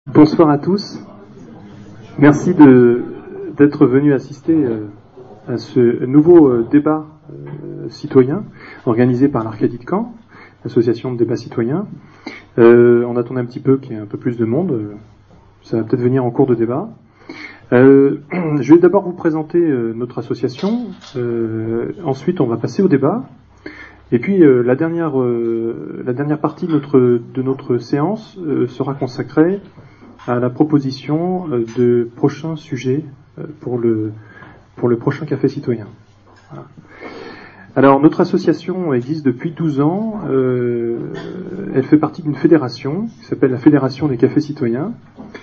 Bonsoir à tous. Merci d'être venus assister à ce nouveau débat citoyen organisé par l'Arcadie de Caen, l'association de débat citoyen. On attend un petit peu qu'il y ait un peu plus de monde. Ça va peut-être venir en cours de débat. Je vais d'abord vous présenter notre association. Ensuite, on va passer au débat. Et puis la dernière partie de notre séance sera consacrée à la proposition de prochains sujets pour le prochain café citoyen. Voilà. Alors notre association existe depuis 12 ans. Elle fait partie d'une fédération qui s'appelle la Fédération des cafés citoyens.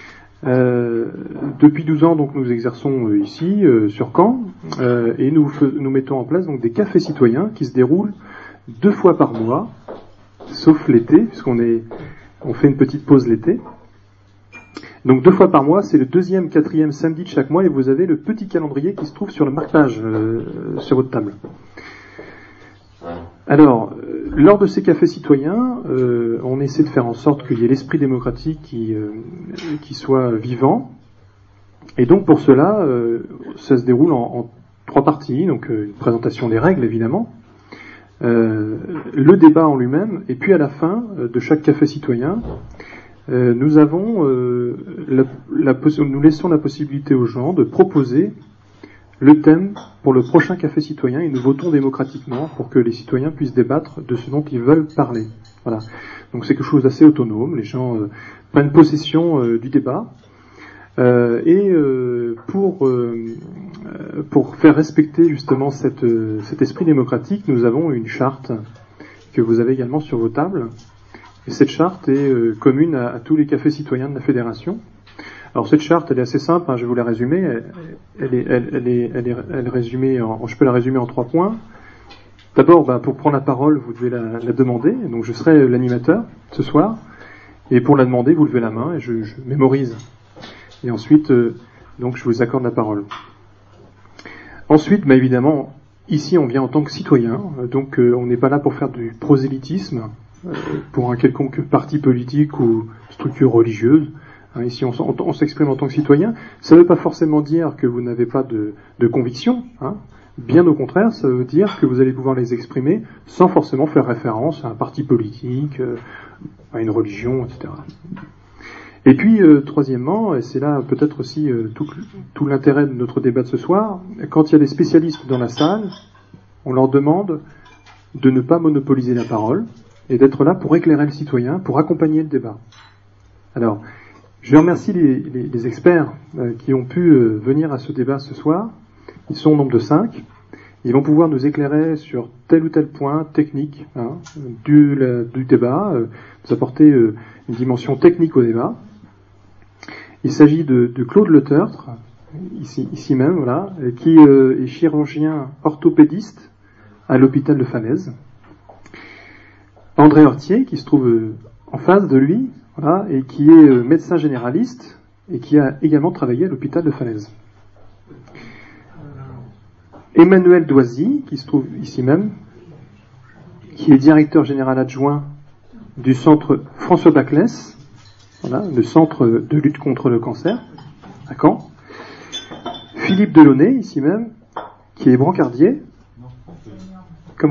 Depuis 12 ans, donc, nous exerçons ici sur Caen et nous mettons en place donc des cafés citoyens qui se déroulent 2 fois par mois, sauf l'été, puisqu'on fait une petite pause l'été. Donc 2 fois par mois, c'est le 2e, 4e samedi de chaque mois, et vous avez le petit calendrier qui se trouve sur le marque-page sur votre table. Alors, lors de ces cafés citoyens, on essaie de faire en sorte qu'il y ait l'esprit démocratique qui soit vivant. Et donc pour cela, ça se déroule en 3 parties. Donc une présentation des règles, évidemment, le débat en lui-même, et puis à la fin de chaque café citoyen, nous laissons la possibilité aux gens de proposer le thème pour le prochain café citoyen, et nous votons démocratiquement pour que les citoyens puissent débattre de ce dont ils veulent parler. Voilà. Donc c'est quelque chose d'assez autonome, les gens prennent possession du débat, et pour faire respecter justement cet esprit démocratique, nous avons une charte que vous avez également sur vos tables, et cette charte est commune à tous les cafés citoyens de la Fédération. Alors cette charte, elle est assez simple, je vais vous la résumer. Elle est résumée je peux la résumer en 3 points. D'abord, pour prendre la parole, vous devez la demander. Donc je serai l'animateur ce soir. Et pour la demander, vous levez la main et je mémorise. Et ensuite, donc je vous accorde la parole. Ensuite, évidemment, ici on vient en tant que citoyen. Donc on n'est pas là pour faire du prosélytisme pour un quelconque parti politique ou structure religieuse. Ici, on s'exprime en tant que citoyen. Ça ne veut pas forcément dire que vous n'avez pas de conviction. Bien au contraire, ça veut dire que vous allez pouvoir les exprimer sans forcément faire référence à un parti politique, à une religion, etc. Et puis, troisièmement, et c'est là peut-être aussi tout l'intérêt de notre débat de ce soir, quand il y a des spécialistes dans la salle, on leur demande de ne pas monopoliser la parole et d'être là pour éclairer le citoyen, pour accompagner le débat. Alors, je remercie les experts qui ont pu venir à ce débat ce soir. Ils sont au nombre de 5. Ils vont pouvoir nous éclairer sur tel ou tel point technique du débat, nous apporter une dimension technique au débat. Il s'agit de Claude Le Tertre, ici même, voilà, qui est chirurgien orthopédiste à l'hôpital de Falaise. André Hortier, qui se trouve en face de lui, voilà, et qui est médecin généraliste et qui a également travaillé à l'hôpital de Falaise. Emmanuel Doisy, qui se trouve ici même, qui est directeur général adjoint du centre François Baclès, voilà, le centre de lutte contre le cancer, à Caen. Philippe Delaunay, ici même, qui est brancardier. Comment ?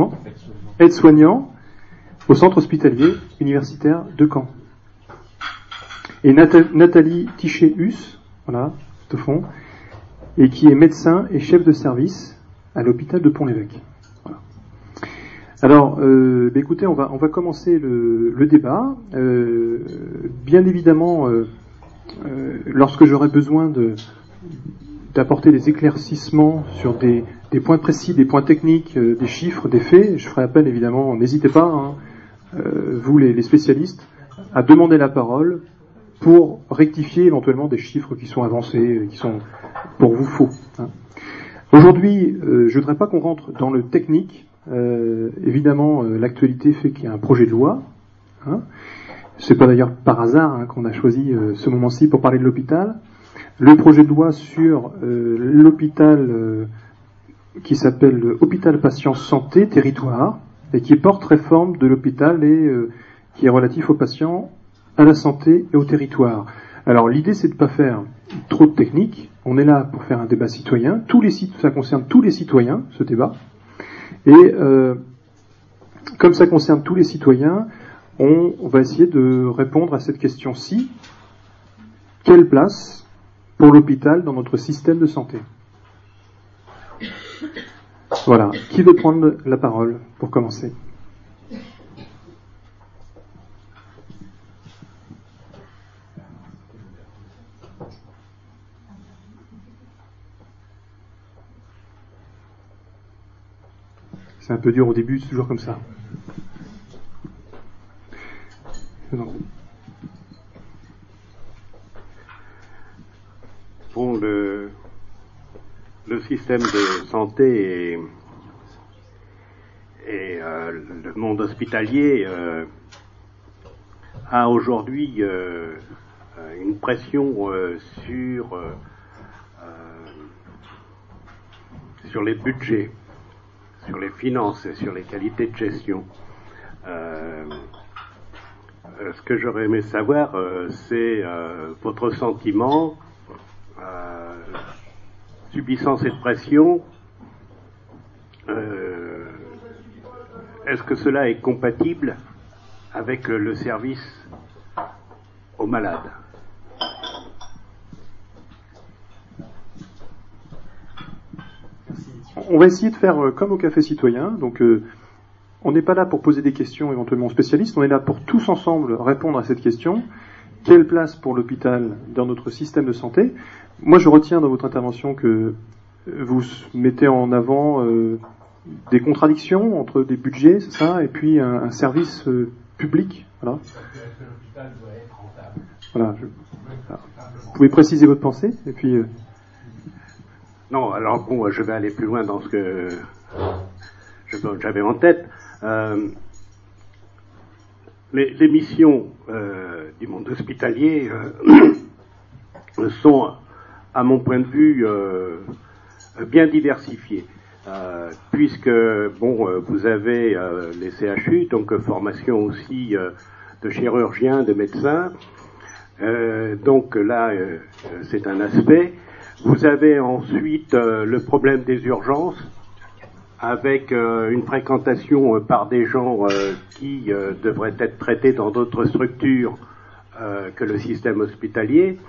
Aide-soignant au centre hospitalier universitaire de Caen. Et Nathalie Tichet-Hus, voilà, tout au fond, et qui est médecin et chef de service à l'hôpital de Pont-l'Évêque. Voilà. Alors, écoutez, on va commencer le débat. Bien évidemment, lorsque j'aurai besoin d'apporter des éclaircissements sur des points précis, des points techniques, des chiffres, des faits, je ferai appel évidemment, n'hésitez pas, vous les spécialistes, à demander la parole pour rectifier éventuellement des chiffres qui sont avancés, qui sont pour vous faux. Aujourd'hui, je ne voudrais pas qu'on rentre dans le technique. Évidemment, l'actualité fait qu'il y a un projet de loi. C'est pas d'ailleurs par hasard qu'on a choisi ce moment-ci pour parler de l'hôpital. Le projet de loi sur l'hôpital qui s'appelle Hôpital Patients Santé Territoire et qui porte réforme de l'hôpital et qui est relatif aux patients, à la santé et au territoire. Alors l'idée, c'est de ne pas faire trop de technique. On est là pour faire un débat citoyen. Ça concerne tous les citoyens, ce débat. Et comme ça concerne tous les citoyens, on va essayer de répondre à cette question-ci. Quelle place pour l'hôpital dans notre système de santé? Voilà. Qui veut prendre la parole pour commencer? C'est un peu dur au début, c'est toujours comme ça. Non. Bon, le système de santé et le monde hospitalier a aujourd'hui une pression sur les budgets, sur les finances et sur les qualités de gestion. Ce que j'aurais aimé savoir, c'est votre sentiment subissant cette pression. Est-ce que cela est compatible avec le service aux malades? On va essayer de faire comme au Café Citoyen. Donc, on n'est pas là pour poser des questions éventuellement aux spécialistes. On est là pour tous ensemble répondre à cette question. Quelle place pour l'hôpital dans notre système de santé? Moi, je retiens dans votre intervention que vous mettez en avant des contradictions entre des budgets, c'est ça, et puis un service public. Voilà. Voilà. Vous pouvez préciser votre pensée et puis. Non, alors bon, je vais aller plus loin dans ce que j'avais en tête. Les missions du monde hospitalier sont, à mon point de vue, bien diversifiées, puisque bon, vous avez les CHU, donc formation aussi de chirurgiens, de médecins. Donc là, c'est un aspect. Vous avez ensuite le problème des urgences, avec une fréquentation par des gens qui devraient être traités dans d'autres structures que le système hospitalier.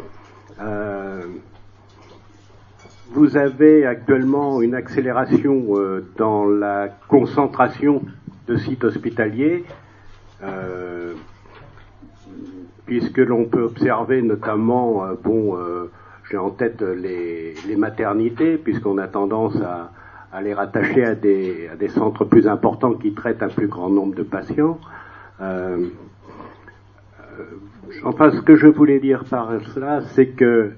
Vous avez actuellement une accélération dans la concentration de sites hospitaliers, puisque l'on peut observer notamment, j'ai en tête les maternités, puisqu'on a tendance à les rattacher à des centres plus importants qui traitent un plus grand nombre de patients. Enfin, ce que je voulais dire par cela, c'est que,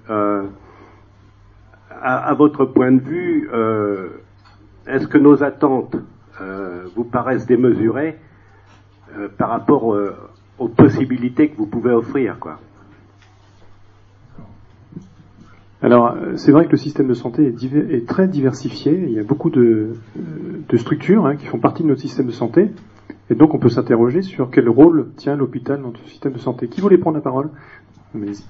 à votre point de vue, est-ce que nos attentes vous paraissent démesurées par rapport aux possibilités que vous pouvez offrir, quoi? Alors, c'est vrai que le système de santé est très diversifié. Il y a beaucoup de structures qui font partie de notre système de santé. Et donc, on peut s'interroger sur quel rôle tient l'hôpital dans notre système de santé. Qui voulait prendre la parole? Allez-y.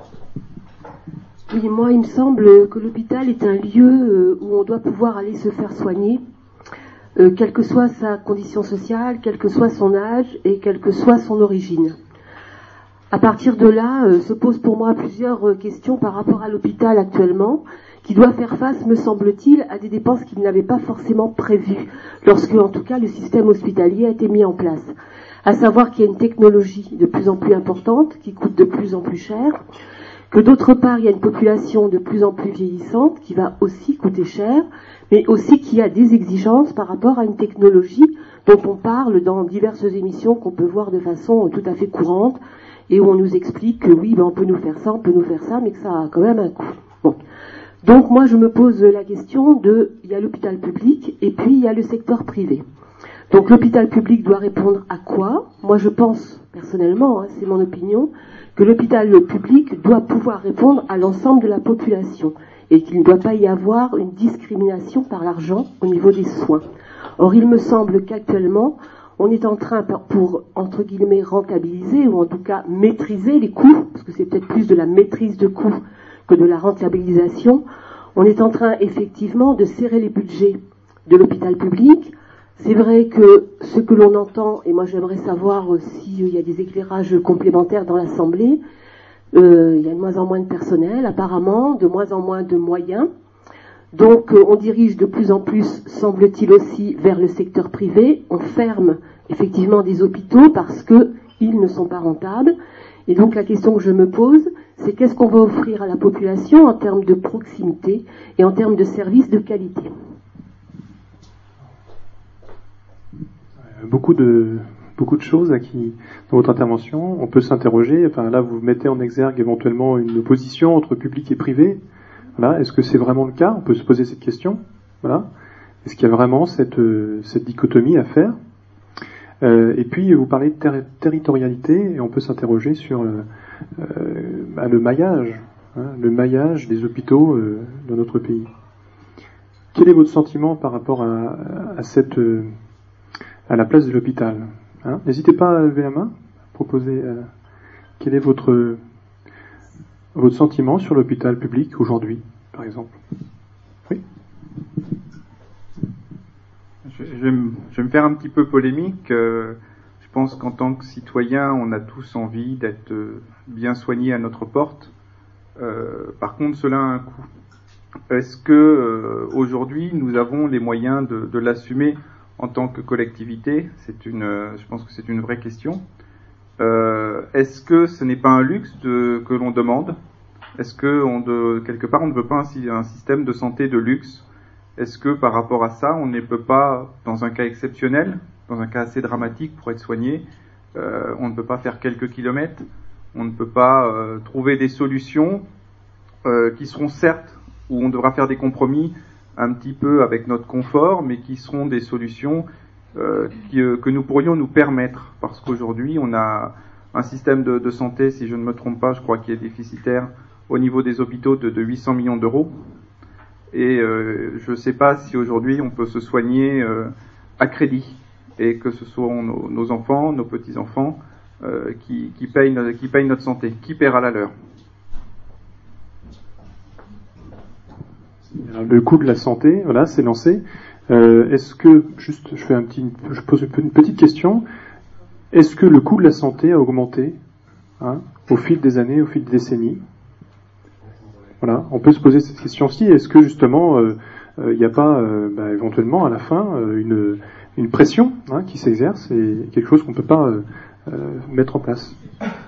Oui, moi, il me semble que l'hôpital est un lieu où on doit pouvoir aller se faire soigner, quelle que soit sa condition sociale, quel que soit son âge et quelle que soit son origine. À partir de là, se posent pour moi plusieurs questions par rapport à l'hôpital actuellement, qui doit faire face, me semble-t-il, à des dépenses qu'il n'avait pas forcément prévues, lorsque, en tout cas, le système hospitalier a été mis en place. À savoir qu'il y a une technologie de plus en plus importante, qui coûte de plus en plus cher, que d'autre part, il y a une population de plus en plus vieillissante, qui va aussi coûter cher, mais aussi qu'il y a des exigences par rapport à une technologie dont on parle dans diverses émissions qu'on peut voir de façon tout à fait courante, et où on nous explique que oui, on peut nous faire ça, on peut nous faire ça, mais que ça a quand même un coût. Bon. Donc moi je me pose la question il y a l'hôpital public et puis il y a le secteur privé. Donc l'hôpital public doit répondre à quoi? Moi je pense, personnellement, c'est mon opinion, que l'hôpital public doit pouvoir répondre à l'ensemble de la population et qu'il ne doit pas y avoir une discrimination par l'argent au niveau des soins. Or il me semble qu'actuellement, on est en train, pour, entre guillemets, rentabiliser, ou en tout cas maîtriser les coûts, parce que c'est peut-être plus de la maîtrise de coûts que de la rentabilisation, on est en train effectivement de serrer les budgets de l'hôpital public. C'est vrai que ce que l'on entend, et moi j'aimerais savoir s'il y a des éclairages complémentaires dans l'Assemblée, il y a de moins en moins de personnel apparemment, de moins en moins de moyens. Donc on dirige de plus en plus, semble-t-il aussi, vers le secteur privé. On ferme effectivement des hôpitaux parce qu'ils ne sont pas rentables. Et donc la question que je me pose, c'est qu'est-ce qu'on va offrir à la population en termes de proximité et en termes de services de qualité. Beaucoup de choses dans votre intervention. On peut s'interroger. Enfin, là, vous mettez en exergue éventuellement une opposition entre public et privé. Voilà. Est-ce que c'est vraiment le cas? On peut se poser cette question. Voilà. Est-ce qu'il y a vraiment cette dichotomie à faire? Et puis, vous parlez de territorialité, et on peut s'interroger sur le maillage, le maillage des hôpitaux dans notre pays. Quel est votre sentiment par rapport à la place de l'hôpital? N'hésitez pas à lever la main, proposer quel est votre sentiment sur l'hôpital public aujourd'hui, par exemple. Oui. Je vais me faire un petit peu polémique. Je pense qu'en tant que citoyen, on a tous envie d'être bien soignés à notre porte. Par contre, cela a un coût. Est-ce que aujourd'hui, nous avons les moyens de l'assumer en tant que collectivité? Je pense que c'est une vraie question. Est-ce que ce n'est pas un luxe que l'on demande? Est-ce que quelque part on ne veut pas un système de santé de luxe? Est-ce que par rapport à ça, on ne peut pas, dans un cas exceptionnel, dans un cas assez dramatique pour être soigné, on ne peut pas faire quelques kilomètres, on ne peut pas trouver des solutions qui seront certes, où on devra faire des compromis un petit peu avec notre confort, mais qui seront des solutions que nous pourrions nous permettre, parce qu'aujourd'hui on a un système de santé, si je ne me trompe pas, je crois qu'il est déficitaire au niveau des hôpitaux de 800 millions d'euros, et je ne sais pas si aujourd'hui on peut se soigner à crédit, et que ce soit nos enfants, nos petits-enfants qui payent notre santé. Qui paiera la leur? Le coût de la santé, voilà, c'est lancé. Est-ce que, juste, je pose une petite question. Est-ce que le coût de la santé a augmenté au fil des années, au fil des décennies? Voilà, on peut se poser cette question-ci. Est-ce que justement, il n'y a pas, éventuellement, à la fin, une pression qui s'exerce et quelque chose qu'on ne peut pas mettre en place?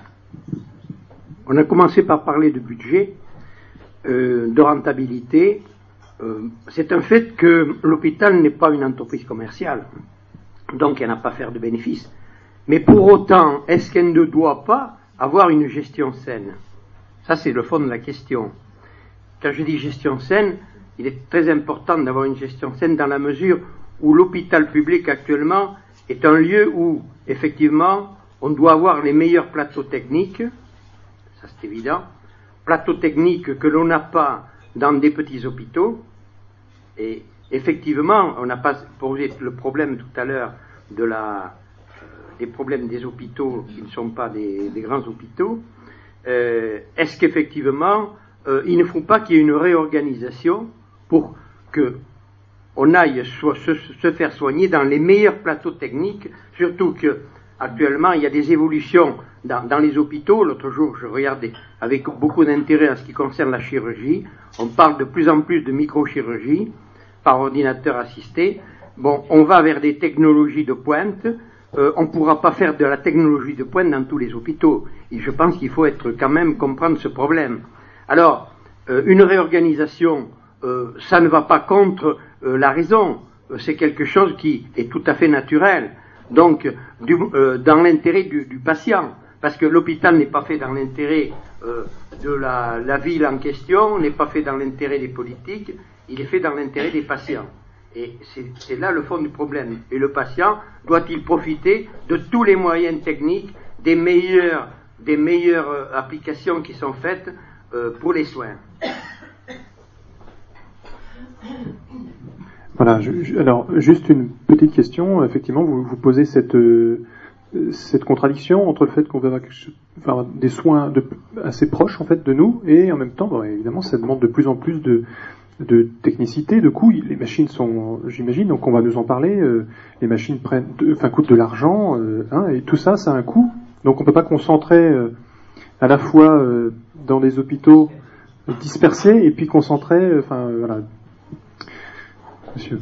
On a commencé par parler de budget, de rentabilité. C'est un fait que l'hôpital n'est pas une entreprise commerciale, donc elle n'a pas à faire de bénéfices. Mais pour autant, est-ce qu'elle ne doit pas avoir une gestion saine? Ça, c'est le fond de la question. Quand je dis gestion saine, il est très important d'avoir une gestion saine dans la mesure où l'hôpital public actuellement est un lieu où, effectivement, on doit avoir les meilleurs plateaux techniques, ça c'est évident, plateaux techniques que l'on n'a pas dans des petits hôpitaux, et effectivement, on n'a pas posé le problème tout à l'heure des problèmes des hôpitaux qui ne sont pas des grands hôpitaux. Est-ce qu'effectivement, il ne faut pas qu'il y ait une réorganisation pour qu'on aille se faire soigner dans les meilleurs plateaux techniques, surtout que actuellement il y a des évolutions dans les hôpitaux. L'autre jour, je regardais avec beaucoup d'intérêt en ce qui concerne la chirurgie. On parle de plus en plus de microchirurgie par ordinateur assisté. Bon, on va vers des technologies de pointe. On ne pourra pas faire de la technologie de pointe dans tous les hôpitaux. Et je pense qu'il faut quand même comprendre ce problème. Alors, une réorganisation, ça ne va pas contre la raison. C'est quelque chose qui est tout à fait naturel. Donc, dans l'intérêt du patient. Parce que l'hôpital n'est pas fait dans l'intérêt de la ville en question, n'est pas fait dans l'intérêt des politiques, il est fait dans l'intérêt des patients. Et c'est là le fond du problème. Et le patient doit-il profiter de tous les moyens techniques, des meilleures applications qui sont faites pour les soins? Voilà. Alors, juste une petite question. Effectivement, vous posez cette contradiction entre le fait qu'on veut avoir des soins assez proches en fait de nous, et en même temps, bon, évidemment, ça demande de plus en plus de technicité, de coûts. Les machines sont, j'imagine, donc on va nous en parler. Les machines coûtent de l'argent, et tout ça, ça a un coût. Donc on peut pas concentrer à la fois dans les hôpitaux dispersés et puis concentrer. Voilà. Monsieur.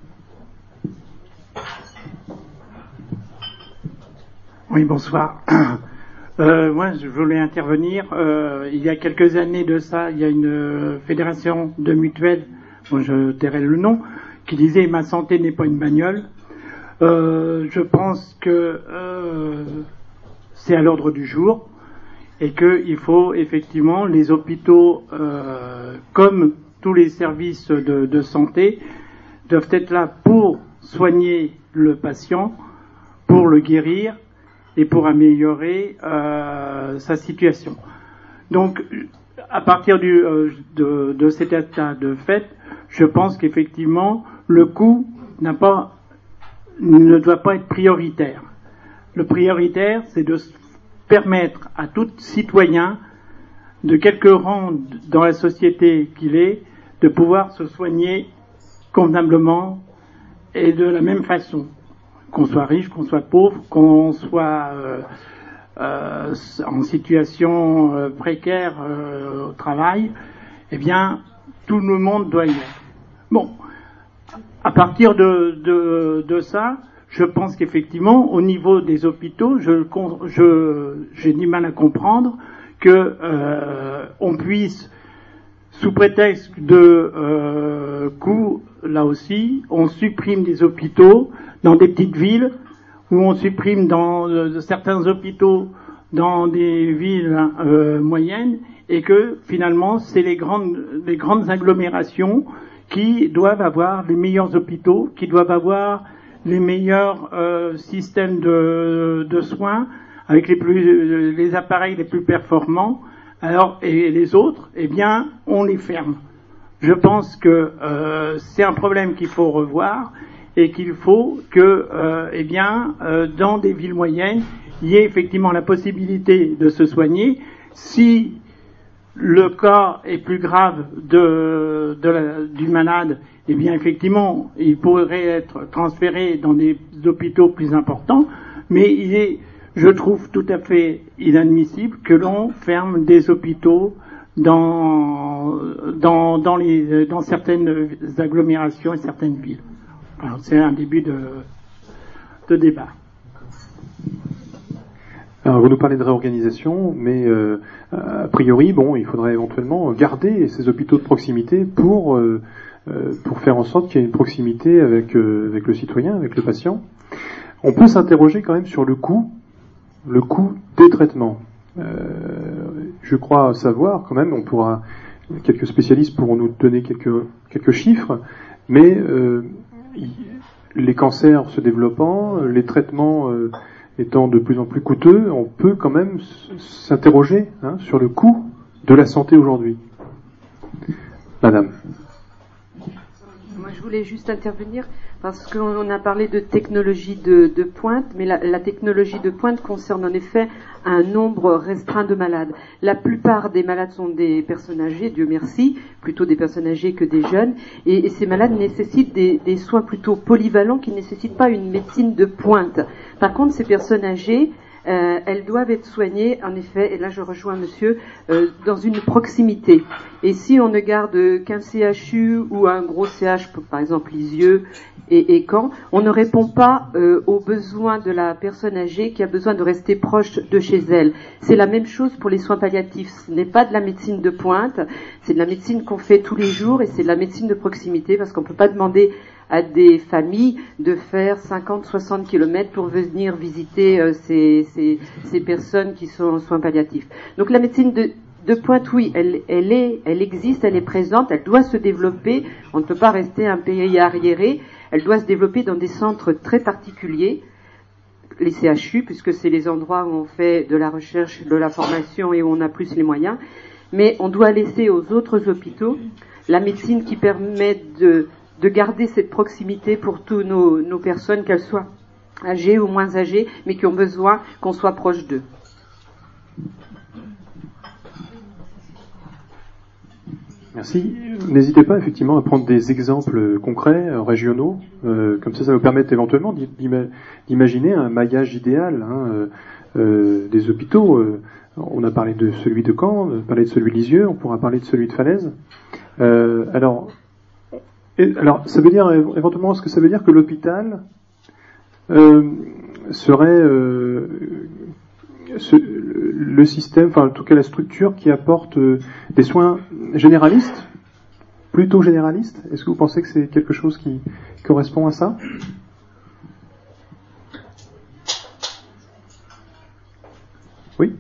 Oui, bonsoir. Moi, je voulais intervenir. Il y a quelques années de ça, il y a une fédération de mutuelles, dont je tairai le nom, qui disait « Ma santé n'est pas une bagnole ». Je pense que c'est à l'ordre du jour et qu'il faut effectivement les hôpitaux, comme tous les services de santé, doivent être là pour soigner le patient, pour le guérir et pour améliorer sa situation. Donc, à partir de cet état de fait, je pense qu'effectivement, le coût ne doit pas être prioritaire. Le prioritaire, c'est de permettre à tout citoyen, de quelque rang dans la société qu'il est, de pouvoir se soigner convenablement et de la même façon. Qu'on soit riche, qu'on soit pauvre, qu'on soit en situation précaire au travail, eh bien, tout le monde doit y être. Bon, à partir de ça, je pense qu'effectivement, au niveau des hôpitaux, j'ai du mal à comprendre que on puisse, sous prétexte de coûts, là aussi, on supprime des hôpitaux dans des petites villes, où on supprime certains hôpitaux dans des villes moyennes, et que finalement c'est les grandes agglomérations qui doivent avoir les meilleurs hôpitaux, qui doivent avoir les meilleurs systèmes de soins, avec les appareils les plus performants. Alors, et les autres, eh bien, on les ferme. Je pense que c'est un problème qu'il faut revoir, et qu'il faut que, dans des villes moyennes, il y ait effectivement la possibilité de se soigner. Si le cas est plus grave du malade, eh bien effectivement, il pourrait être transféré dans des hôpitaux plus importants, mais je trouve tout à fait inadmissible que l'on ferme des hôpitaux dans certaines agglomérations et certaines villes. Alors, c'est un début de débat. Alors, vous nous parlez de réorganisation, mais a priori, il faudrait éventuellement garder ces hôpitaux de proximité pour faire en sorte qu'il y ait une proximité avec le citoyen, avec le patient. On peut s'interroger quand même sur le coût des traitements. Je crois savoir quand même, quelques spécialistes pourront nous donner quelques chiffres, mais les cancers se développant, les traitements étant de plus en plus coûteux, on peut quand même s'interroger sur le coût de la santé aujourd'hui. Madame. Moi, je voulais juste intervenir parce qu'on a parlé de technologie de pointe, mais la technologie de pointe concerne en effet un nombre restreint de malades. La plupart des malades sont des personnes âgées, Dieu merci, plutôt des personnes âgées que des jeunes, et ces malades nécessitent des soins plutôt polyvalents qui ne nécessitent pas une médecine de pointe. Par contre, ces personnes âgées, elles doivent être soignées, en effet, et là je rejoins monsieur, dans une proximité. Et si on ne garde qu'un CHU ou un gros CH, par exemple Lisieux et Caen, on ne répond pas aux besoins de la personne âgée qui a besoin de rester proche de chez elle. C'est la même chose pour les soins palliatifs. Ce n'est pas de la médecine de pointe, c'est de la médecine qu'on fait tous les jours, et c'est de la médecine de proximité, parce qu'on ne peut pas demander à des familles de faire 50-60 km pour venir visiter ces personnes qui sont en soins palliatifs. Donc la médecine de pointe, oui, elle existe, elle est présente, elle doit se développer. On ne peut pas rester un pays arriéré. Elle doit se développer dans des centres très particuliers, les CHU, puisque c'est les endroits où on fait de la recherche, de la formation et où on a plus les moyens. Mais on doit laisser aux autres hôpitaux la médecine qui permet de garder cette proximité pour tous nos personnes, qu'elles soient âgées ou moins âgées, mais qui ont besoin qu'on soit proche d'eux. Merci. N'hésitez pas effectivement à prendre des exemples concrets, régionaux, comme ça va vous permettre éventuellement d'imaginer un maillage idéal des hôpitaux. On a parlé de celui de Caen, on a parlé de celui de Lisieux, on pourra parler de celui de Falaise. Alors, ça veut dire éventuellement, est-ce que ça veut dire que l'hôpital serait le système, enfin en tout cas la structure qui apporte des soins généralistes, plutôt généralistes? Est-ce que vous pensez que c'est quelque chose qui correspond à ça? Oui.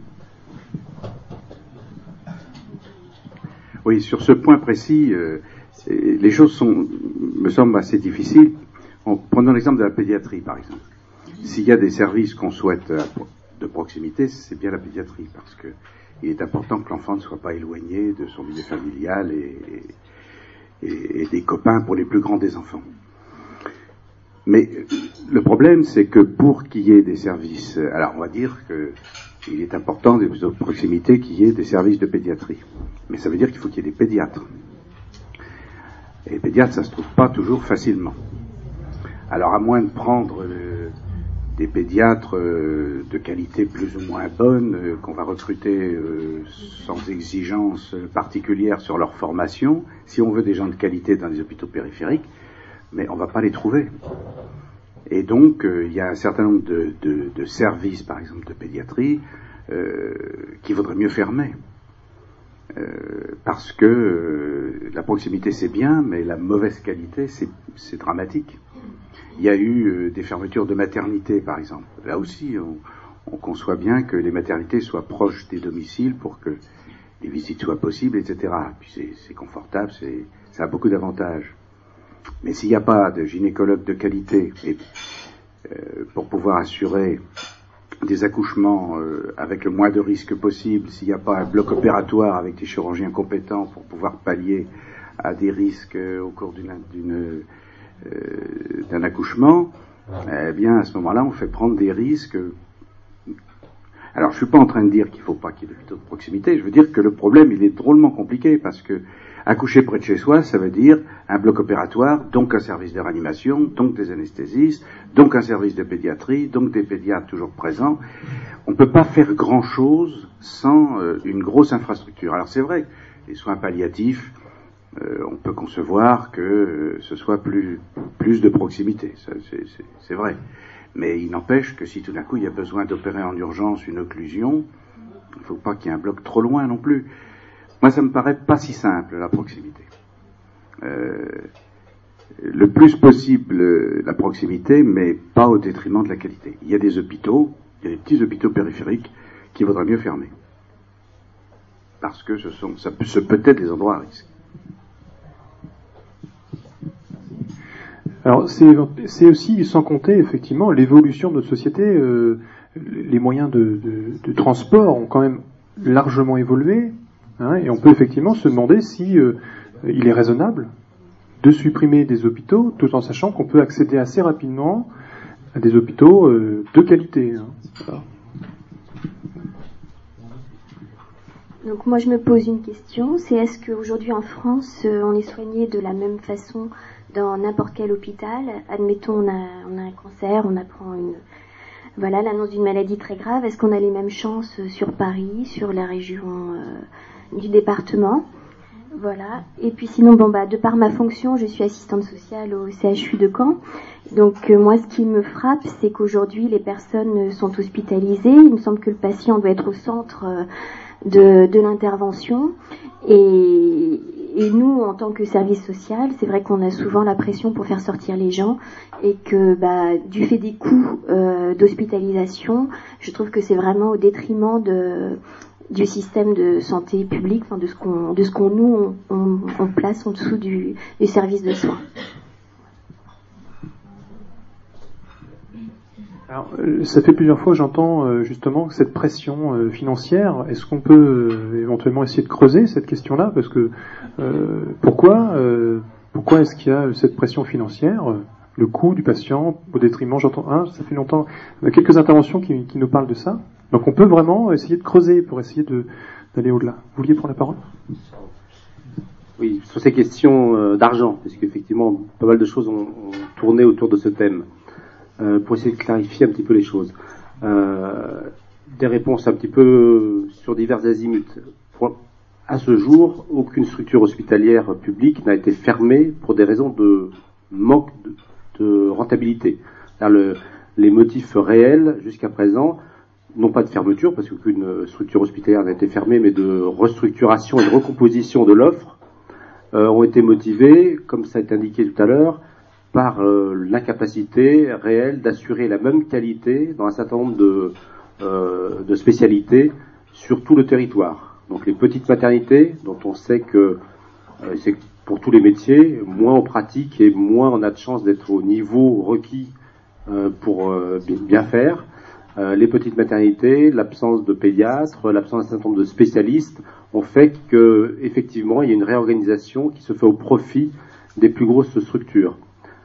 Oui, sur ce point précis, les choses me semblent assez difficiles. Prenons l'exemple de la pédiatrie, par exemple. S'il y a des services qu'on souhaite de proximité, c'est bien la pédiatrie, parce que il est important que l'enfant ne soit pas éloigné de son milieu familial et des copains pour les plus grands des enfants. Mais le problème, c'est que pour qu'il y ait des services, alors on va dire qu'il est important de proximité qu'il y ait des services de pédiatrie. Mais ça veut dire qu'il faut qu'il y ait des pédiatres. Et les pédiatres, ça se trouve pas toujours facilement. Alors à moins de prendre des pédiatres de qualité plus ou moins bonne, qu'on va recruter sans exigence particulière sur leur formation, si on veut des gens de qualité dans les hôpitaux périphériques, mais on va pas les trouver. Et donc, il y a un certain nombre de services, par exemple de pédiatrie, qu'il vaudrait mieux fermer. Parce que la proximité c'est bien, mais la mauvaise qualité c'est dramatique. Il y a eu des fermetures de maternités, par exemple. Là aussi, on conçoit bien que les maternités soient proches des domiciles pour que les visites soient possibles, etc. Puis c'est confortable, ça a beaucoup d'avantages. Mais s'il n'y a pas de gynécologue de qualité pour pouvoir assurer des accouchements avec le moins de risques possible, s'il n'y a pas un bloc opératoire avec des chirurgiens compétents pour pouvoir pallier à des risques au cours d'un accouchement, eh bien à ce moment-là on fait prendre des risques. Alors je suis pas en train de dire qu'il faut pas qu'il y ait d'hôpitaux de proximité, je veux dire que le problème il est drôlement compliqué, parce que accoucher près de chez soi, ça veut dire un bloc opératoire, donc un service de réanimation, donc des anesthésistes, donc un service de pédiatrie, donc des pédiatres toujours présents. On ne peut pas faire grand-chose sans une grosse infrastructure. Alors c'est vrai, les soins palliatifs, on peut concevoir que ce soit plus de proximité, ça, c'est vrai. Mais il n'empêche que si tout d'un coup il y a besoin d'opérer en urgence une occlusion, il ne faut pas qu'il y ait un bloc trop loin non plus. Moi, ça me paraît pas si simple, la proximité. Le plus possible, la proximité, mais pas au détriment de la qualité. Il y a des hôpitaux, il y a des petits hôpitaux périphériques qu'il vaudrait mieux fermer. Parce que ça peut être des endroits à risque. Alors, c'est aussi, sans compter, effectivement, l'évolution de notre société. Les moyens de transport ont quand même largement évolué. Et on peut effectivement se demander si il est raisonnable de supprimer des hôpitaux, tout en sachant qu'on peut accéder assez rapidement à des hôpitaux de qualité. Voilà. Donc moi je me pose une question, c'est est-ce qu'aujourd'hui en France on est soigné de la même façon dans n'importe quel hôpital? Admettons on a un cancer, on apprend l'annonce d'une maladie très grave, est-ce qu'on a les mêmes chances sur Paris, sur la région du département? Voilà. Et puis sinon, de par ma fonction, je suis assistante sociale au CHU de Caen. Donc moi, ce qui me frappe, c'est qu'aujourd'hui, les personnes sont hospitalisées. Il me semble que le patient doit être au centre de l'intervention. Et nous, en tant que service social, c'est vrai qu'on a souvent la pression pour faire sortir les gens, et que du fait des coûts d'hospitalisation, je trouve que c'est vraiment au détriment du système de santé publique, de ce qu'on nous on place en dessous du service de soins. Alors, ça fait plusieurs fois que j'entends justement cette pression financière. Est-ce qu'on peut éventuellement essayer de creuser cette question-là? Parce que pourquoi Pourquoi est-ce qu'il y a cette pression financière, le coût du patient au détriment, j'entends, ça fait longtemps, il y a quelques interventions qui nous parlent de ça. Donc on peut vraiment essayer de creuser pour essayer d'aller au-delà. Vous vouliez prendre la parole ? Oui, sur ces questions d'argent, parce qu'effectivement, pas mal de choses ont tourné autour de ce thème, pour essayer de clarifier un petit peu les choses. Des réponses un petit peu sur divers azimuts. À ce jour, aucune structure hospitalière publique n'a été fermée pour des raisons de manque de rentabilité. Les motifs réels, jusqu'à présent, non pas de fermeture, parce qu'aucune structure hospitalière n'a été fermée, mais de restructuration et de recomposition de l'offre, ont été motivés, comme ça a été indiqué tout à l'heure, par l'incapacité réelle d'assurer la même qualité dans un certain nombre de spécialités sur tout le territoire. Donc les petites maternités, dont on sait que c'est pour tous les métiers, moins on pratique et moins on a de chance d'être au niveau requis pour bien faire. Les petites maternités, l'absence de pédiatres, l'absence d'un certain nombre de spécialistes ont fait que, effectivement, il y a une réorganisation qui se fait au profit des plus grosses structures.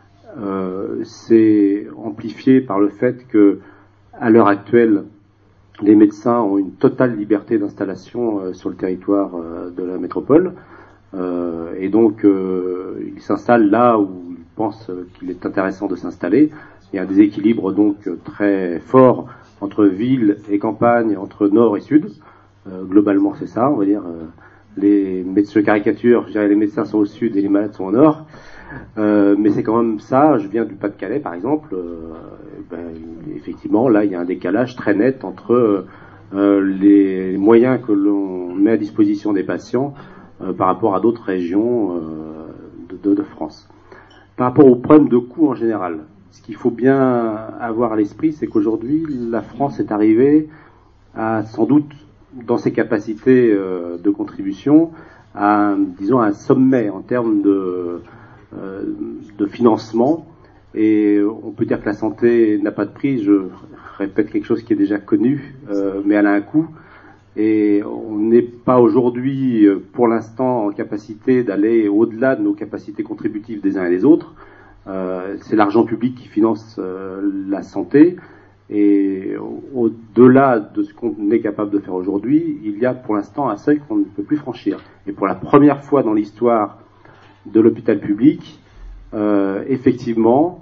C'est amplifié par le fait que, à l'heure actuelle, les médecins ont une totale liberté d'installation sur le territoire de la métropole, et donc ils s'installent là où ils pensent qu'il est intéressant de s'installer. Il y a un déséquilibre donc très fort entre ville et campagne, entre nord et sud. Globalement, c'est ça, on va dire. Les médecins caricature, je dirais les médecins sont au sud et les malades sont au nord. Mais c'est quand même ça. Je viens du Pas-de-Calais, par exemple. Effectivement, là, il y a un décalage très net entre les moyens que l'on met à disposition des patients par rapport à d'autres régions de France. Par rapport aux problèmes de coût en général, ce qu'il faut bien avoir à l'esprit, c'est qu'aujourd'hui, la France est arrivée à, sans doute, dans ses capacités de contribution, à, disons, un sommet en termes de financement. Et on peut dire que la santé n'a pas de prix. Je répète quelque chose qui est déjà connu, mais elle a un coût. Et on n'est pas aujourd'hui, pour l'instant, en capacité d'aller au-delà de nos capacités contributives des uns et des autres. C'est l'argent public qui finance la santé. Et au-delà de ce qu'on est capable de faire aujourd'hui, il y a pour l'instant un seuil qu'on ne peut plus franchir. Et pour la première fois dans l'histoire de l'hôpital public, effectivement,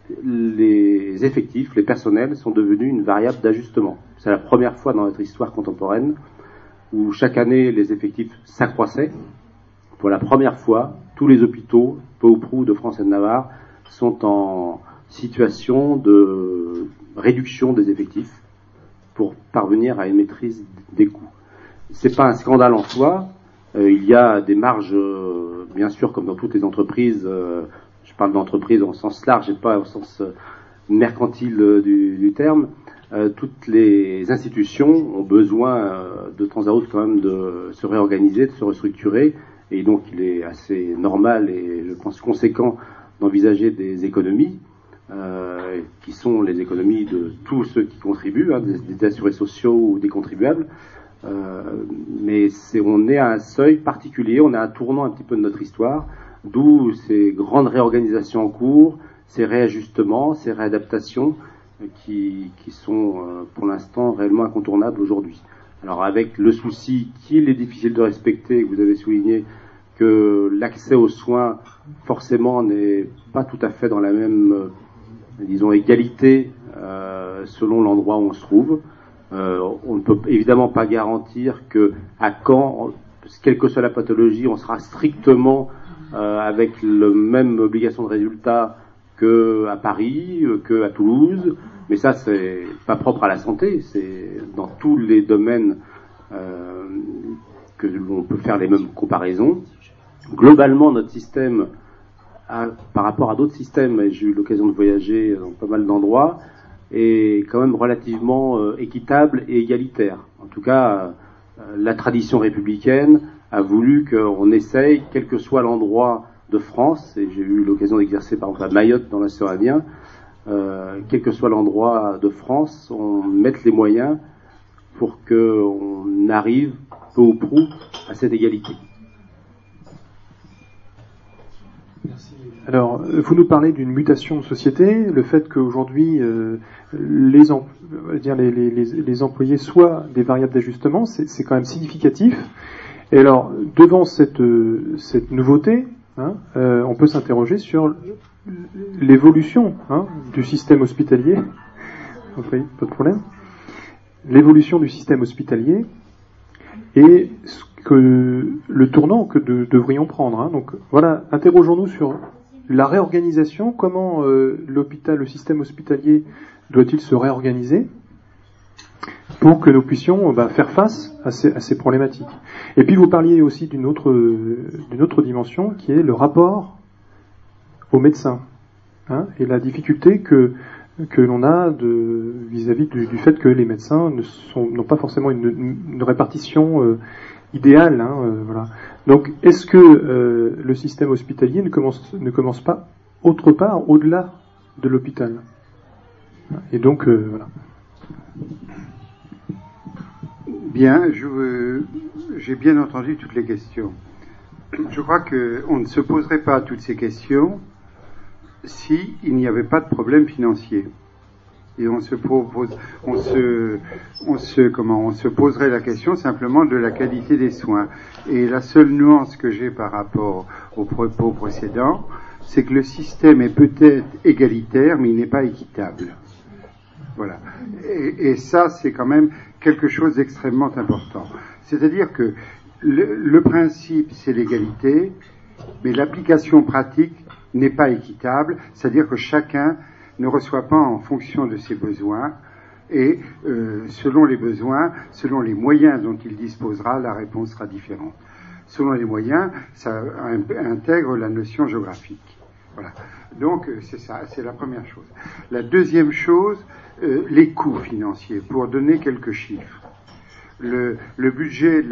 les effectifs, les personnels sont devenus une variable d'ajustement. C'est la première fois dans notre histoire contemporaine où chaque année les effectifs s'accroissaient. Pour la première fois, tous les hôpitaux, peu ou prou de France et de Navarre, sont en situation de réduction des effectifs pour parvenir à une maîtrise des coûts. C'est pas un scandale en soi. Il y a des marges, bien sûr, comme dans toutes les entreprises. Je parle d'entreprise au sens large et pas au sens mercantile du terme. Toutes les institutions ont besoin de temps à autre quand même de se réorganiser, de se restructurer, et donc il est assez normal et je pense conséquent d'envisager des économies, qui sont les économies de tous ceux qui contribuent, des assurés sociaux ou des contribuables. Mais on est à un seuil particulier, on est à un tournant un petit peu de notre histoire, d'où ces grandes réorganisations en cours, ces réajustements, ces réadaptations qui sont pour l'instant réellement incontournables aujourd'hui. Alors avec le souci qu'il est difficile de respecter, que vous avez souligné, que l'accès aux soins forcément n'est pas tout à fait dans la même, disons, égalité selon l'endroit où on se trouve. On ne peut évidemment pas garantir que à Caen, quelle que soit la pathologie, on sera strictement avec la même obligation de résultat qu'à Paris, qu'à Toulouse, mais ça c'est pas propre à la santé, c'est dans tous les domaines que l'on peut faire les mêmes comparaisons. Globalement, notre système, par rapport à d'autres systèmes, et j'ai eu l'occasion de voyager dans pas mal d'endroits, est quand même relativement équitable et égalitaire. En tout cas, la tradition républicaine a voulu qu'on essaye, quel que soit l'endroit de France, et j'ai eu l'occasion d'exercer par exemple à Mayotte dans l'océan Indien, quel que soit l'endroit de France, on mette les moyens pour qu'on arrive peu ou prou à cette égalité. Alors, vous nous parlez d'une mutation de société, le fait qu'aujourd'hui les employés soient des variables d'ajustement, c'est quand même significatif. Et alors, devant cette nouveauté, on peut s'interroger sur l'évolution du système hospitalier. Oui, pas de problème. L'évolution du système hospitalier et le tournant que devrions prendre. Donc voilà, interrogeons-nous sur la réorganisation, comment le système hospitalier doit-il se réorganiser pour que nous puissions faire face à ces problématiques. Et puis vous parliez aussi d'une autre dimension qui est le rapport aux médecins et la difficulté que l'on a vis-à-vis du fait que les médecins n'ont pas forcément une répartition idéal, voilà. Donc, est-ce que le système hospitalier ne commence pas autre part, au-delà de l'hôpital? Et donc, voilà. Bien, j'ai bien entendu toutes les questions. Je crois qu'on ne se poserait pas toutes ces questions si il n'y avait pas de problème financier. Et on se poserait la question simplement de la qualité des soins. Et la seule nuance que j'ai par rapport au propos précédent, c'est que le système est peut-être égalitaire, mais il n'est pas équitable. Voilà. Et ça, c'est quand même quelque chose d'extrêmement important. C'est-à-dire que le principe, c'est l'égalité, mais l'application pratique n'est pas équitable, c'est-à-dire que chacun ne reçoit pas en fonction de ses besoins, et selon les besoins, selon les moyens dont il disposera, la réponse sera différente. Selon les moyens, ça intègre la notion géographique. Voilà. Donc c'est ça, c'est la première chose. La deuxième chose, les coûts financiers, pour donner quelques chiffres. Le budget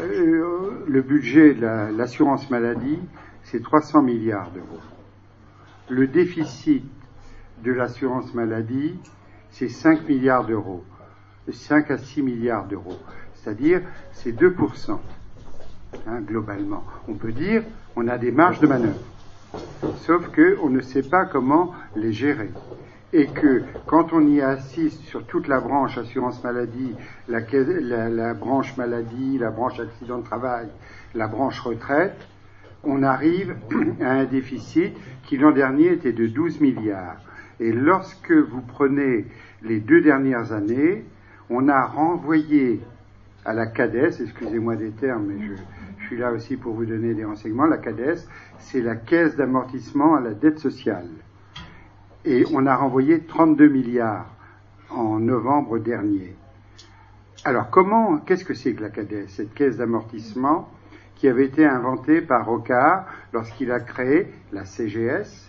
de l'assurance maladie, c'est 300 milliards d'euros. Le déficit de l'assurance maladie, c'est 5 milliards d'euros. 5 à 6 milliards d'euros. C'est-à-dire, c'est 2%, globalement. On peut dire, on a des marges de manœuvre. Sauf qu'on ne sait pas comment les gérer. Et que, quand on y assiste sur toute la branche assurance maladie, la branche maladie, la branche accident de travail, la branche retraite, on arrive à un déficit qui l'an dernier était de 12 milliards. Et lorsque vous prenez les 2 dernières années, on a renvoyé à la CADES, excusez-moi des termes, mais je suis là aussi pour vous donner des renseignements, la CADES, c'est la caisse d'amortissement à la dette sociale. Et on a renvoyé 32 milliards en novembre dernier. Alors qu'est-ce que c'est que la CADES, cette caisse d'amortissement qui avait été inventée par Rocard lorsqu'il a créé la CSG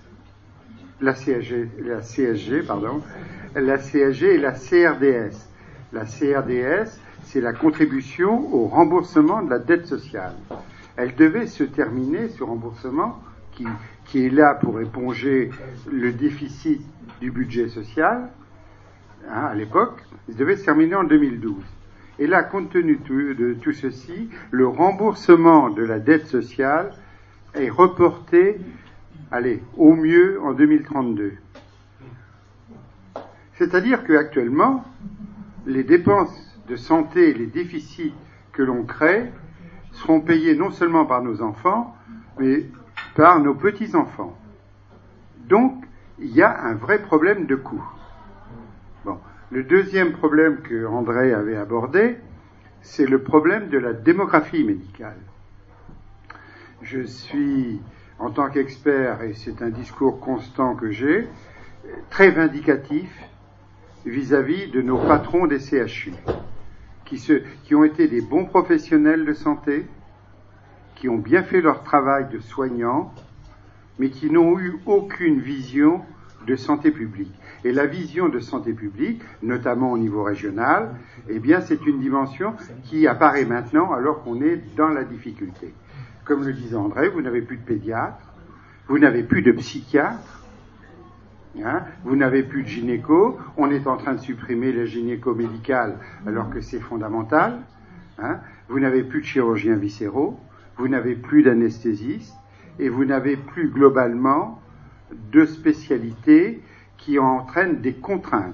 et la CRDS. La CRDS, c'est la contribution au remboursement de la dette sociale. Elle devait se terminer, ce remboursement, qui est là pour éponger le déficit du budget social, à l'époque, il devait se terminer en 2012. Et là, compte tenu de tout ceci, le remboursement de la dette sociale est reporté, au mieux en 2032. C'est-à-dire qu'actuellement, les dépenses de santé et les déficits que l'on crée seront payés non seulement par nos enfants, mais par nos petits-enfants. Donc, il y a un vrai problème de coût. Bon. Le deuxième problème que André avait abordé, c'est le problème de la démographie médicale. Je suis, en tant qu'expert, et c'est un discours constant que j'ai, très vindicatif vis-à-vis de nos patrons des CHU, qui ont été des bons professionnels de santé, qui ont bien fait leur travail de soignants, mais qui n'ont eu aucune vision de santé publique. Et la vision de santé publique, notamment au niveau régional, eh bien, c'est une dimension qui apparaît maintenant alors qu'on est dans la difficulté. Comme le disait André, vous n'avez plus de pédiatre, vous n'avez plus de psychiatre, vous n'avez plus de gynéco, on est en train de supprimer les gynéco médicales alors que c'est fondamental, vous n'avez plus de chirurgiens viscéraux, vous n'avez plus d'anesthésistes, et vous n'avez plus globalement de spécialités qui entraînent des contraintes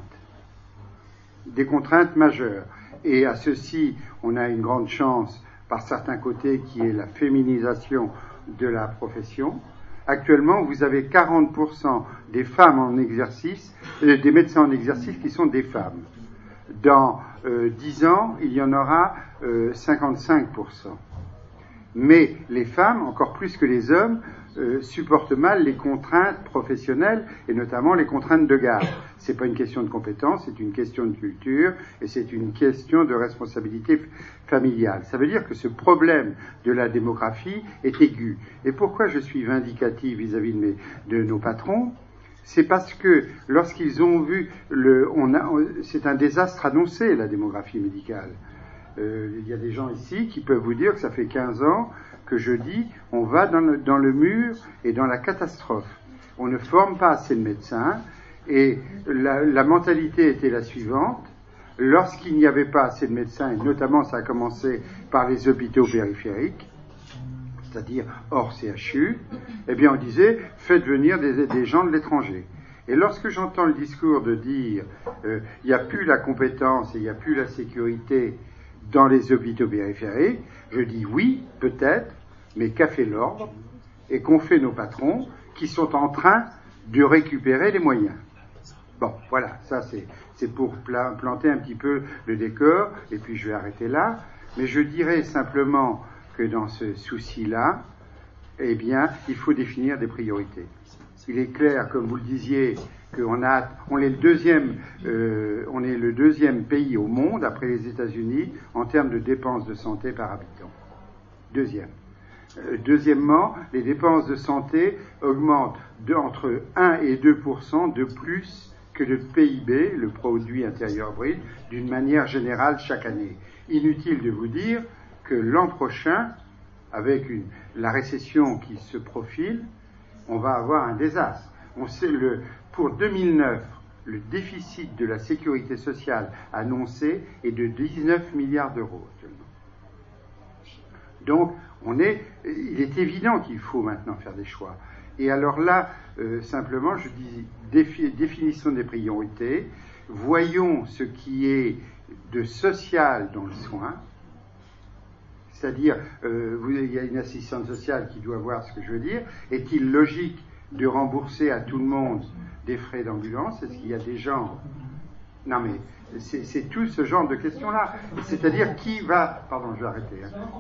majeures. Et à ceci, on a une grande chance par certains côtés qui est la féminisation de la profession. Actuellement, vous avez 40% des femmes en exercice, des médecins en exercice qui sont des femmes. Dans 10 ans, il y en aura 55%. Mais les femmes, encore plus que les hommes, supportent mal les contraintes professionnelles et notamment les contraintes de garde. C'est pas une question de compétence, c'est une question de culture et c'est une question de responsabilité familiale. Ça veut dire que ce problème de la démographie est aigu. Et pourquoi je suis vindicatif vis-à-vis de nos patrons? C'est parce que lorsqu'ils ont vu c'est un désastre annoncé, la démographie médicale. Il y a des gens ici qui peuvent vous dire que ça fait 15 ans que je dis on va dans le mur et dans la catastrophe. On ne forme pas assez de médecins et la mentalité était la suivante. Lorsqu'il n'y avait pas assez de médecins, et notamment ça a commencé par les hôpitaux périphériques, c'est-à-dire hors CHU, eh bien on disait faites venir des gens de l'étranger. Et lorsque j'entends le discours de dire il n'y a plus la compétence et il n'y a plus la sécurité dans les hôpitaux périphériques, je dis oui, peut-être, mais qu'a fait l'ordre et qu'ont fait nos patrons qui sont en train de récupérer les moyens. Bon, voilà, ça c'est pour planter un petit peu le décor, et puis je vais arrêter là, mais je dirais simplement que dans ce souci-là, eh bien, il faut définir des priorités. Il est clair, comme vous le disiez, qu'on est le deuxième pays au monde, après les États-Unis, en termes de dépenses de santé par habitant. Deuxièmement, les dépenses de santé augmentent entre 1 et 2% de plus que le PIB, le produit intérieur brut, d'une manière générale chaque année. Inutile de vous dire que l'an prochain, avec la récession qui se profile, on va avoir un désastre. On sait pour 2009, le déficit de la sécurité sociale annoncé est de 19 milliards d'euros actuellement. Donc, il est évident qu'il faut maintenant faire des choix. Et alors là, simplement, je dis définition des priorités, voyons ce qui est de social dans le soin, c'est-à-dire, il y a une assistante sociale qui doit voir ce que je veux dire. Est-il logique de rembourser à tout le monde des frais d'ambulance? Est-ce qu'il y a des gens... Non mais, c'est tout ce genre de questions-là. C'est-à-dire, qui va... Pardon, je vais arrêter.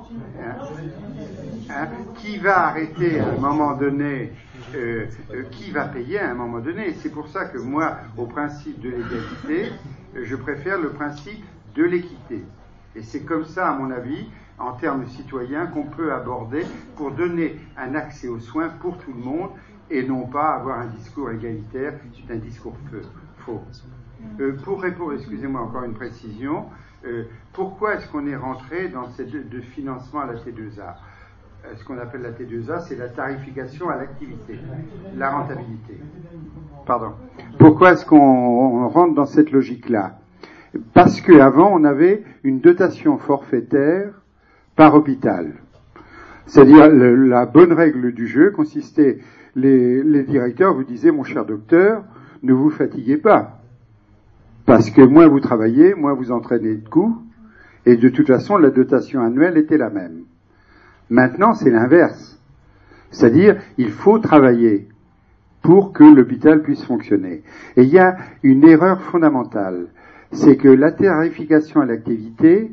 Qui va arrêter à un moment donné qui va payer à un moment donné? C'est pour ça que moi, au principe de l'égalité, je préfère le principe de l'équité. Et c'est comme ça, à mon avis, en termes citoyens, qu'on peut aborder pour donner un accès aux soins pour tout le monde et non pas avoir un discours égalitaire, c'est un discours faux. Pour répondre, excusez-moi encore une précision, pourquoi est-ce qu'on est rentré dans de financement à la T2A? Ce qu'on appelle la T2A, c'est la tarification à l'activité, la rentabilité. Pardon. Pourquoi est-ce qu'on rentre dans cette logique-là? Parce qu'avant, on avait une dotation forfaitaire par hôpital. C'est-à-dire, la bonne règle du jeu consistait, les directeurs vous disaient, mon cher docteur, ne vous fatiguez pas. Parce que moins vous travaillez, moins vous entraînez de coûts, et de toute façon, la dotation annuelle était la même. Maintenant, c'est l'inverse. C'est-à-dire, il faut travailler pour que l'hôpital puisse fonctionner. Et il y a une erreur fondamentale. C'est que la tarification à l'activité,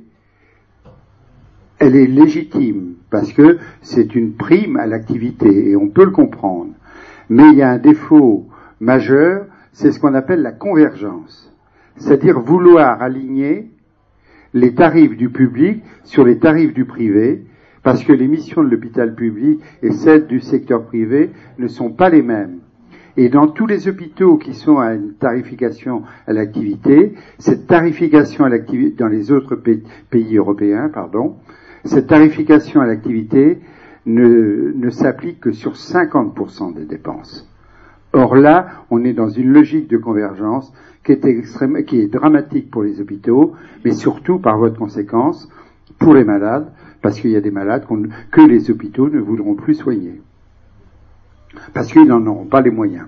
elle est légitime, parce que c'est une prime à l'activité, et on peut le comprendre. Mais il y a un défaut majeur, c'est ce qu'on appelle la convergence. C'est-à-dire vouloir aligner les tarifs du public sur les tarifs du privé, parce que les missions de l'hôpital public et celles du secteur privé ne sont pas les mêmes. Et dans tous les hôpitaux qui sont à une tarification à l'activité, cette tarification à l'activité, dans les autres pays européens, cette tarification à l'activité ne s'applique que sur 50% des dépenses. Or là, on est dans une logique de convergence qui est dramatique pour les hôpitaux, mais surtout par voie de conséquence pour les malades, parce qu'il y a des malades que les hôpitaux ne voudront plus soigner. Parce qu'ils n'en auront pas les moyens.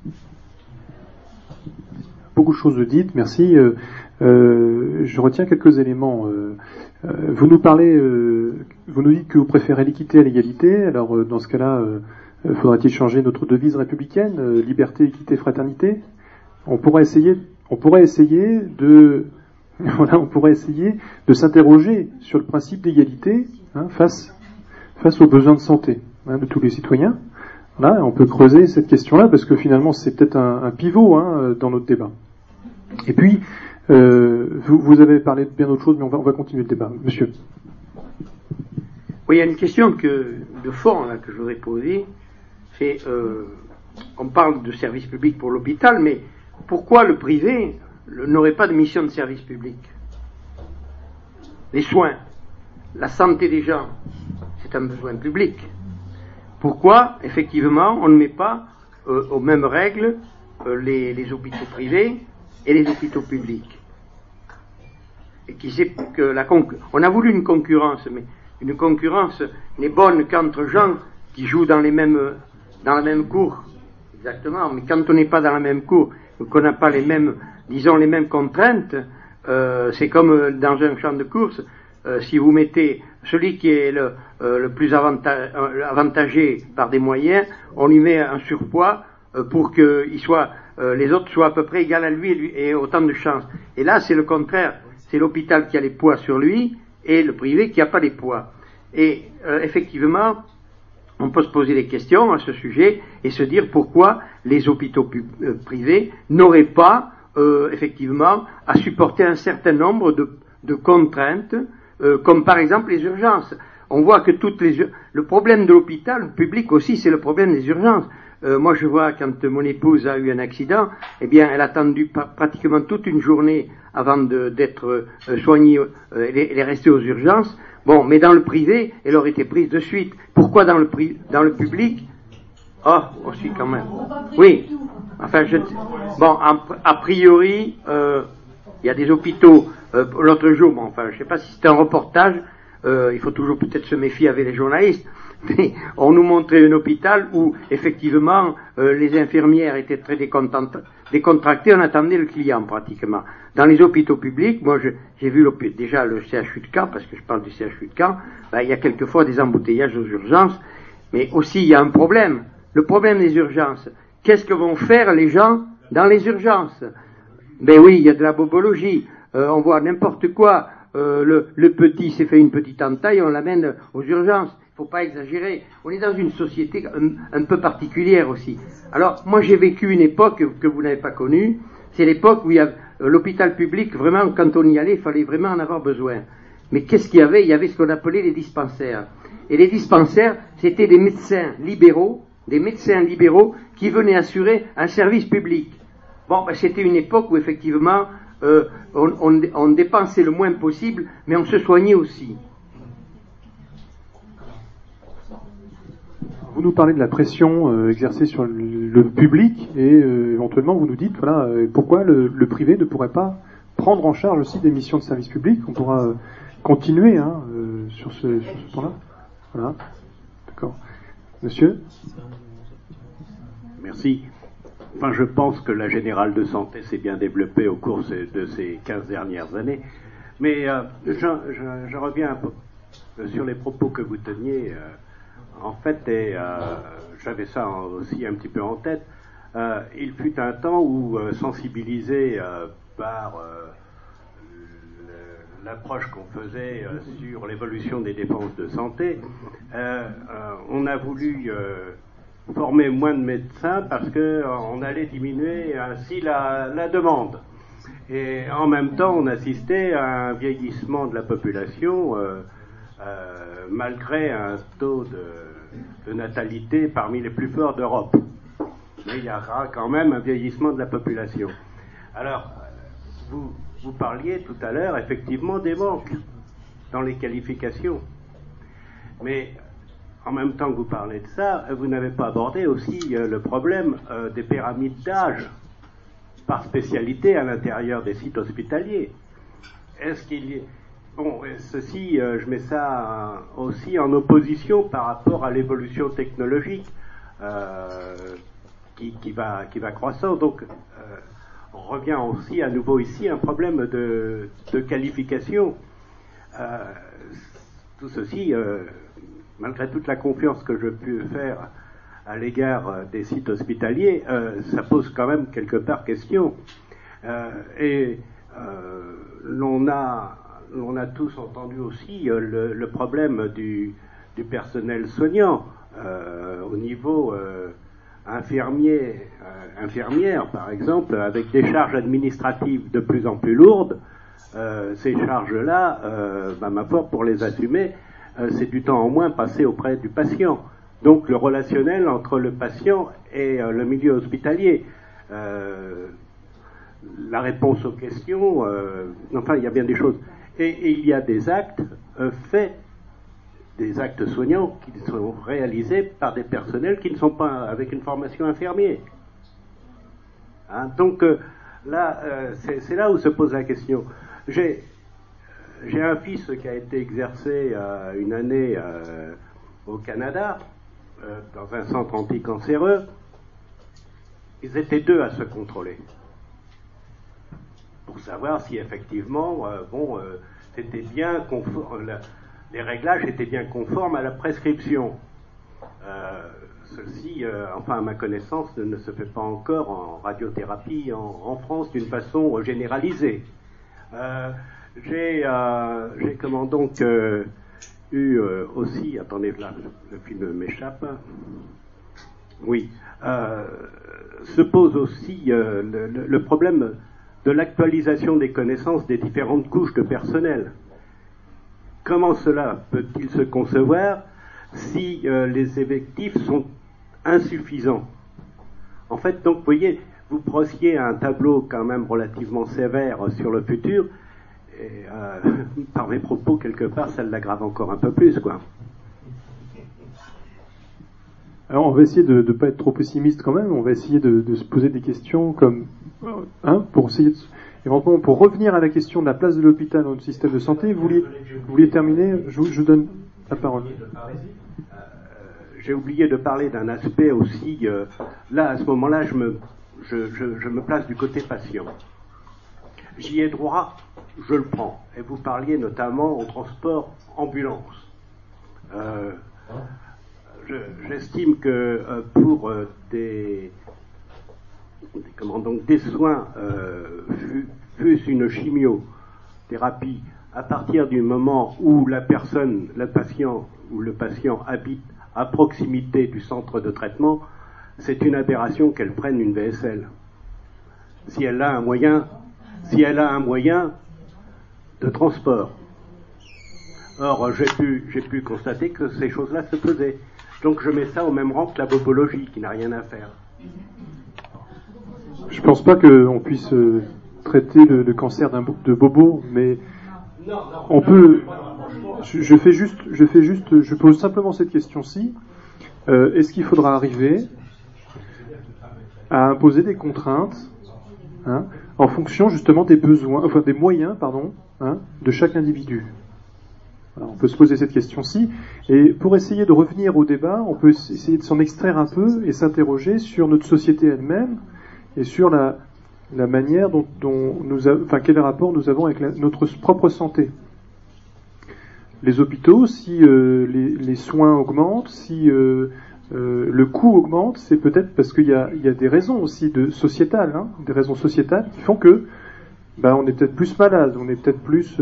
Beaucoup de choses dites, merci. Je retiens quelques éléments. Vous nous parlez, vous nous dites que vous préférez l'équité à l'égalité. Alors, dans ce cas-là, faudrait-il changer notre devise républicaine, liberté, équité, fraternité? On pourrait essayer de s'interroger sur le principe d'égalité face aux besoins de santé de tous les citoyens. Là, on peut creuser cette question-là parce que finalement, c'est peut-être un pivot dans notre débat. Et puis, vous avez parlé de bien d'autres choses, mais on va continuer le débat. Monsieur. Oui, il y a une question de fond là, que je voudrais poser. C'est, on parle de service public pour l'hôpital, mais pourquoi le privé n'aurait pas de mission de service public? Les soins, la santé des gens, c'est un besoin public. Pourquoi, effectivement, on ne met pas aux mêmes règles les hôpitaux privés et les hôpitaux publics? Et qui sait que on a voulu une concurrence, mais une concurrence n'est bonne qu'entre gens qui jouent dans la même cour. Exactement, mais quand on n'est pas dans la même cour, qu'on n'a pas les mêmes contraintes, c'est comme dans un champ de course, si vous mettez celui qui est le plus avantagé par des moyens, on lui met un surpoids pour que les autres soient à peu près égales à lui et autant de chances. Et là, c'est le contraire. C'est l'hôpital qui a les poids sur lui et le privé qui n'a pas les poids. Et effectivement, on peut se poser des questions à ce sujet et se dire pourquoi les hôpitaux privés n'auraient pas effectivement à supporter un certain nombre de contraintes, comme par exemple les urgences. On voit que le problème de l'hôpital public aussi, c'est le problème des urgences. Moi, je vois quand mon épouse a eu un accident, eh bien, elle a attendu pratiquement toute une journée avant d'être soignée. Elle est restée aux urgences. Bon, mais dans le privé, elle aurait été prise de suite. Pourquoi dans le public? Ah, aussi quand même. Oui. Enfin, bon, a priori, il y a des hôpitaux. L'autre jour, bon, enfin, je sais pas si c'était un reportage. Il faut toujours peut-être se méfier avec les journalistes. Mais on nous montrait un hôpital où, effectivement, les infirmières étaient très décontractées, on attendait le client, pratiquement. Dans les hôpitaux publics, moi, j'ai vu déjà le CHU de Caen, parce que je parle du CHU de Caen, il y a quelquefois des embouteillages aux urgences, mais aussi, il y a un problème. Le problème des urgences. Qu'est-ce que vont faire les gens dans les urgences? Ben oui, il y a de la bobologie. On voit n'importe quoi. Le petit s'est fait une petite entaille, on l'amène aux urgences. Il ne faut pas exagérer. On est dans une société un peu particulière aussi. Alors, moi j'ai vécu une époque que vous n'avez pas connue. C'est l'époque où il y a l'hôpital public, vraiment, quand on y allait, il fallait vraiment en avoir besoin. Mais qu'est-ce qu'il y avait? Il y avait ce qu'on appelait les dispensaires. Et les dispensaires, c'était des médecins libéraux qui venaient assurer un service public. Bon, c'était une époque où effectivement, on dépensait le moins possible, mais on se soignait aussi. Vous nous parlez de la pression exercée sur le public et éventuellement vous nous dites voilà pourquoi le privé ne pourrait pas prendre en charge aussi des missions de service public. On pourra continuer sur ce point-là. Voilà. D'accord. Monsieur. Merci. Enfin, je pense que la Générale de Santé s'est bien développée au cours de ces 15 dernières années. Mais je reviens un peu sur les propos que vous teniez. En fait, et j'avais ça aussi un petit peu en tête, il fut un temps où, sensibilisé par l'approche qu'on faisait sur l'évolution des dépenses de santé, on a voulu former moins de médecins parce qu'on allait diminuer ainsi la demande. Et en même temps, on assistait à un vieillissement de la population malgré un taux de natalité parmi les plus forts d'Europe. Mais il y aura quand même un vieillissement de la population. Alors, vous parliez tout à l'heure effectivement des manques dans les qualifications. Mais en même temps que vous parlez de ça, vous n'avez pas abordé aussi le problème des pyramides d'âge par spécialité à l'intérieur des sites hospitaliers. Est-ce qu'il y a... Bon, ceci, je mets ça aussi en opposition par rapport à l'évolution technologique. qui va croissant. Donc, on revient aussi à nouveau ici à un problème de qualification. Tout ceci, malgré toute la confiance que je peux faire à l'égard des sites hospitaliers, ça pose quand même quelque part question. L'on a tous entendu aussi le problème du personnel soignant au niveau infirmière, par exemple, avec des charges administratives de plus en plus lourdes. Ces charges-là, ma foi, pour les assumer, c'est du temps en moins passé auprès du patient. Donc le relationnel entre le patient et le milieu hospitalier. La réponse aux questions, enfin, il y a bien des choses. Et il y a des actes faits, des actes soignants qui sont réalisés par des personnels qui ne sont pas avec une formation infirmière. Hein, donc là, c'est là où se pose la question. J'ai un fils qui a été exercé une année au Canada, dans un centre anticancéreux. Ils étaient 2 à se contrôler, pour savoir si effectivement, c'était bien les réglages étaient bien conformes à la prescription. Ceci, enfin à ma connaissance, ne se fait pas encore en radiothérapie en France d'une façon généralisée. J'ai comment donc eu aussi, attendez là, le film m'échappe. Oui, se pose aussi le problème de l'actualisation des connaissances des différentes couches de personnel. Comment cela peut-il se concevoir si les effectifs sont insuffisants? En fait, donc, vous voyez, vous brossiez un tableau quand même relativement sévère sur le futur, et par mes propos, quelque part, ça l'aggrave encore un peu plus, quoi. Alors, on va essayer de ne pas être trop pessimiste quand même, on va essayer de se poser des questions comme, pour essayer éventuellement, pour revenir à la question de la place de l'hôpital dans notre système de santé, vous vouliez terminer, je vous donne la parole. J'ai oublié de parler d'un aspect aussi, là, à ce moment-là, je me place du côté patient. J'y ai droit, je le prends. Et vous parliez notamment au transport ambulance. J'estime que pour des soins, fût-ce une chimiothérapie, à partir du moment où le patient habite à proximité du centre de traitement, c'est une aberration qu'elle prenne une VSL. Si elle a un moyen de transport. Or, j'ai pu constater que ces choses-là se faisaient. Donc je mets ça au même rang que la bobologie, qui n'a rien à faire. Je pense pas qu'on puisse traiter le cancer de bobo, mais on peut. Je pose simplement cette question-ci. Est-ce qu'il faudra arriver à imposer des contraintes, en fonction justement des besoins, enfin des moyens, de chaque individu? Alors, on peut se poser cette question-ci, et pour essayer de revenir au débat, on peut essayer de s'en extraire un peu et s'interroger sur notre société elle-même et sur la manière dont quel rapport nous avons avec notre propre santé. Les hôpitaux, si les soins augmentent, si le coût augmente, c'est peut-être parce qu'il y a des raisons aussi sociétales, des raisons sociétales qui font que on est peut-être plus malade, on est peut-être plus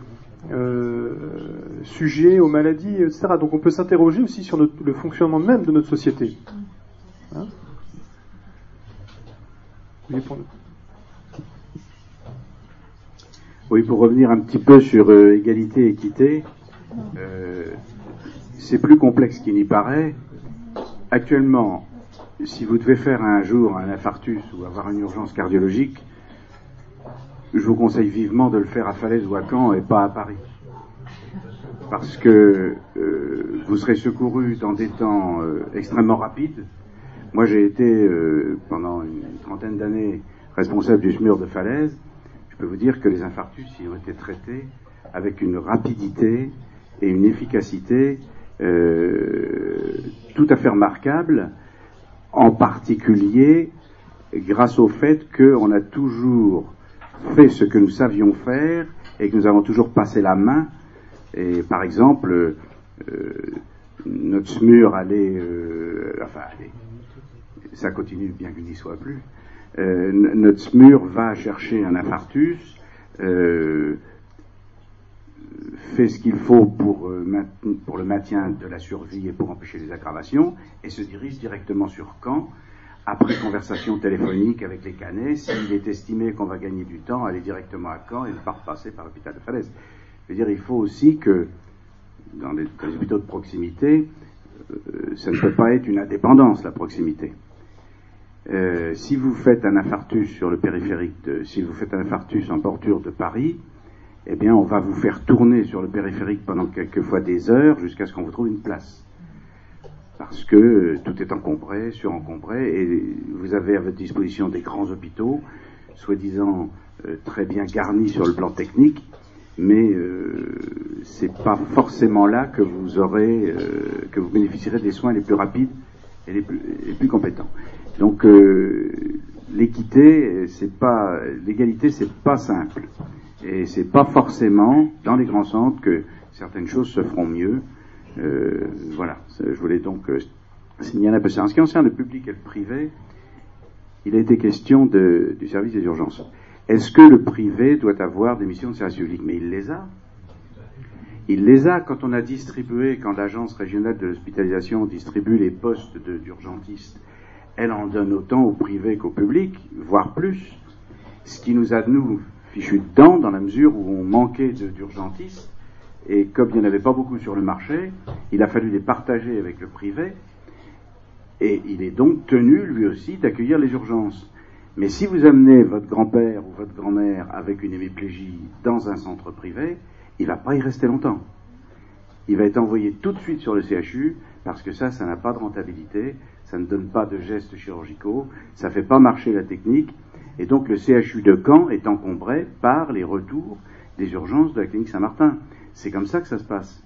sujet aux maladies, etc. Donc on peut s'interroger aussi sur le fonctionnement même de notre société. Oui, pour revenir un petit peu sur égalité et équité, c'est plus complexe qu'il n'y paraît. Actuellement, si vous devez faire un jour un infarctus ou avoir une urgence cardiologique, je vous conseille vivement de le faire à Falaise ou à Caen et pas à Paris. Parce que vous serez secouru dans des temps extrêmement rapides. Moi, j'ai été pendant une trentaine d'années responsable du SMUR de Falaise. Je peux vous dire que les infarctus y ont été traités avec une rapidité et une efficacité tout à fait remarquables. en particulier grâce au fait qu'on a toujours fait ce que nous savions faire et que nous avons toujours passé la main. Et par exemple, notre SMUR allait, ça continue bien qu'il n'y soit plus, notre SMUR va chercher un infarctus, fait ce qu'il faut pour le maintien de la survie et pour empêcher les aggravations, et se dirige directement sur Caen, après conversation téléphonique avec les Canets. S'il est estimé qu'on va gagner du temps, aller directement à Caen et ne pas repasser par l'hôpital de Falaise. Je veux dire, il faut aussi que, dans les hôpitaux de proximité, ça ne peut pas être une indépendance, la proximité. Si vous faites un infarctus sur le périphérique, si vous faites un infarctus en bordure de Paris, eh bien, on va vous faire tourner sur le périphérique pendant quelquefois des heures jusqu'à ce qu'on vous trouve une place. Parce que tout est encombré, surencombré, et vous avez à votre disposition des grands hôpitaux, soi-disant très bien garnis sur le plan technique, mais c'est pas forcément là que vous aurez, que vous bénéficierez des soins les plus rapides et les plus compétents. Donc l'égalité, c'est pas simple, et c'est pas forcément dans les grands centres que certaines choses se feront mieux. Voilà, je voulais donc signaler un peu ça. En ce qui concerne le public et le privé, il a été question du service des urgences. Est-ce que le privé doit avoir des missions de service public? Mais il les a. Il les a. Quand on a distribué, quand l'agence régionale de l'hospitalisation distribue les postes d'urgentistes, elle en donne autant au privé qu'au public, voire plus. Ce qui nous a, nous, fichu dedans, dans la mesure où on manquait d'urgentistes, et comme il n'y en avait pas beaucoup sur le marché, il a fallu les partager avec le privé, et il est donc tenu, lui aussi, d'accueillir les urgences. Mais si vous amenez votre grand-père ou votre grand-mère avec une hémiplégie dans un centre privé, il ne va pas y rester longtemps. Il va être envoyé tout de suite sur le CHU, parce que ça n'a pas de rentabilité, ça ne donne pas de gestes chirurgicaux, ça ne fait pas marcher la technique, et donc le CHU de Caen est encombré par les retours des urgences de la clinique Saint-Martin. C'est comme ça que ça se passe.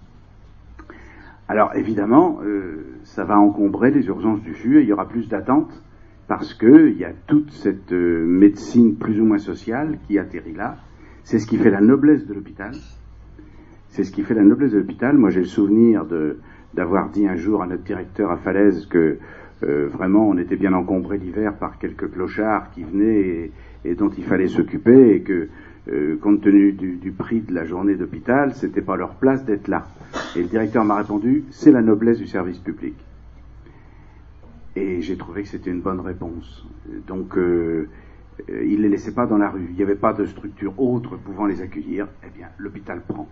Alors évidemment, ça va encombrer les urgences du CHU, et il y aura plus d'attentes, parce qu'il y a toute cette médecine plus ou moins sociale qui atterrit là. C'est ce qui fait la noblesse de l'hôpital. C'est ce qui fait la noblesse de l'hôpital. Moi, j'ai le souvenir d'avoir dit un jour à notre directeur à Falaise que vraiment on était bien encombré l'hiver par quelques clochards qui venaient et dont il fallait s'occuper, et que compte tenu du prix de la journée d'hôpital, c'était pas leur place d'être là. Et le directeur m'a répondu, c'est la noblesse du service public. Et j'ai trouvé que c'était une bonne réponse. Donc, il les laissait pas dans la rue. Il n'y avait pas de structure autre pouvant les accueillir. Eh bien, l'hôpital prend.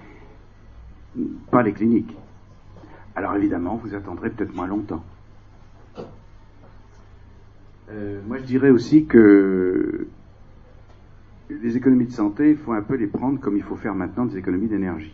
Pas les cliniques. Alors évidemment, vous attendrez peut-être moins longtemps. Moi, je dirais aussi que les économies de santé, il faut un peu les prendre comme il faut faire maintenant des économies d'énergie.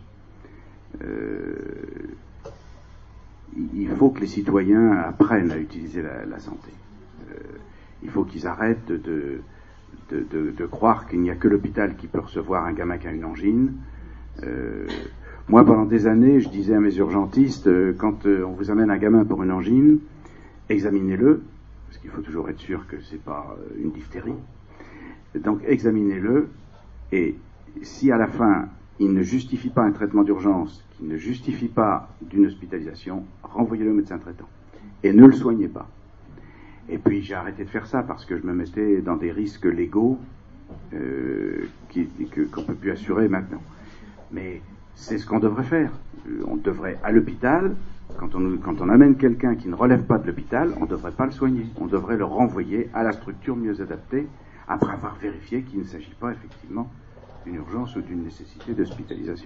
Il faut que les citoyens apprennent à utiliser la santé. Il faut qu'ils arrêtent de croire qu'il n'y a que l'hôpital qui peut recevoir un gamin qui a une angine. Moi, pendant des années, je disais à mes urgentistes, quand on vous amène un gamin pour une angine, examinez-le, parce qu'il faut toujours être sûr que c'est pas une diphtérie. Donc, examinez-le, et si à la fin, il ne justifie pas un traitement d'urgence, qu'il ne justifie pas d'une hospitalisation, renvoyez-le au médecin traitant. Et ne le soignez pas. Et puis j'ai arrêté de faire ça parce que je me mettais dans des risques légaux qu'on ne peut plus assurer maintenant. Mais c'est ce qu'on devrait faire. On devrait, à l'hôpital, quand on amène quelqu'un qui ne relève pas de l'hôpital, on ne devrait pas le soigner. On devrait le renvoyer à la structure mieux adaptée, après avoir vérifié qu'il ne s'agit pas effectivement d'une urgence ou d'une nécessité d'hospitalisation.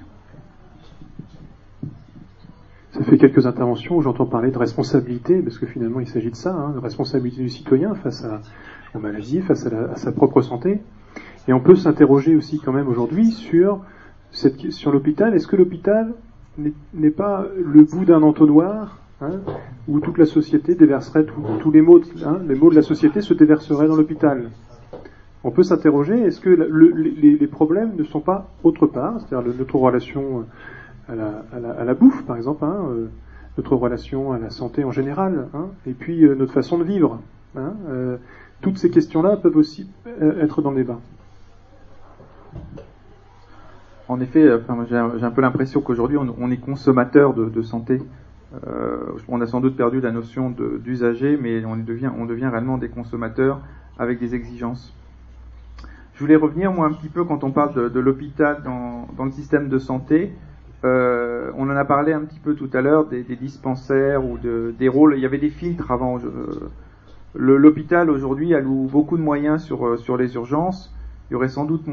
Ça fait quelques interventions où j'entends parler de responsabilité, parce que finalement il s'agit de ça, de responsabilité du citoyen face aux maladies, face à sa propre santé. Et on peut s'interroger aussi quand même aujourd'hui sur l'hôpital. Est-ce que l'hôpital n'est pas le bout d'un entonnoir, où toute la société déverserait tous les maux, les maux de la société se déverseraient dans l'hôpital? On peut s'interroger, est-ce que les problèmes ne sont pas autre part, c'est-à-dire notre relation à la bouffe, par exemple, notre relation à la santé en général, hein, et puis notre façon de vivre. Hein, toutes ces questions-là peuvent aussi être dans le débat. En effet, j'ai un peu l'impression qu'aujourd'hui on est consommateur de santé. On a sans doute perdu la notion d'usager, mais on devient réellement des consommateurs avec des exigences. Je voulais revenir, moi, un petit peu quand on parle de l'hôpital dans le système de santé. On en a parlé un petit peu tout à l'heure des dispensaires ou des rôles. Il y avait des filtres avant. L'hôpital aujourd'hui alloue beaucoup de moyens sur les urgences. Il y aurait sans doute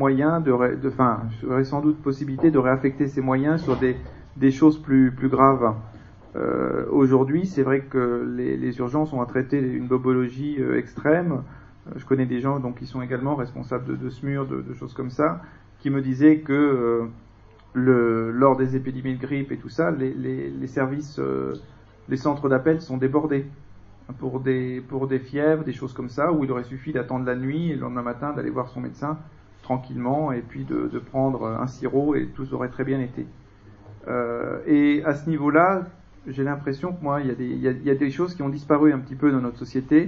possibilité de réaffecter ces moyens sur des choses plus graves. Aujourd'hui, c'est vrai que les urgences ont à traiter une bobologie extrême. Je connais des gens donc qui sont également responsables de SMUR, de choses comme ça, qui me disaient que lors des épidémies de grippe et tout ça, les services, les centres d'appel sont débordés pour des fièvres, des choses comme ça, où il aurait suffi d'attendre la nuit et le lendemain matin d'aller voir son médecin tranquillement et puis de prendre un sirop et tout aurait très bien été. Et à ce niveau-là, j'ai l'impression que moi, il y a des choses qui ont disparu un petit peu dans notre société.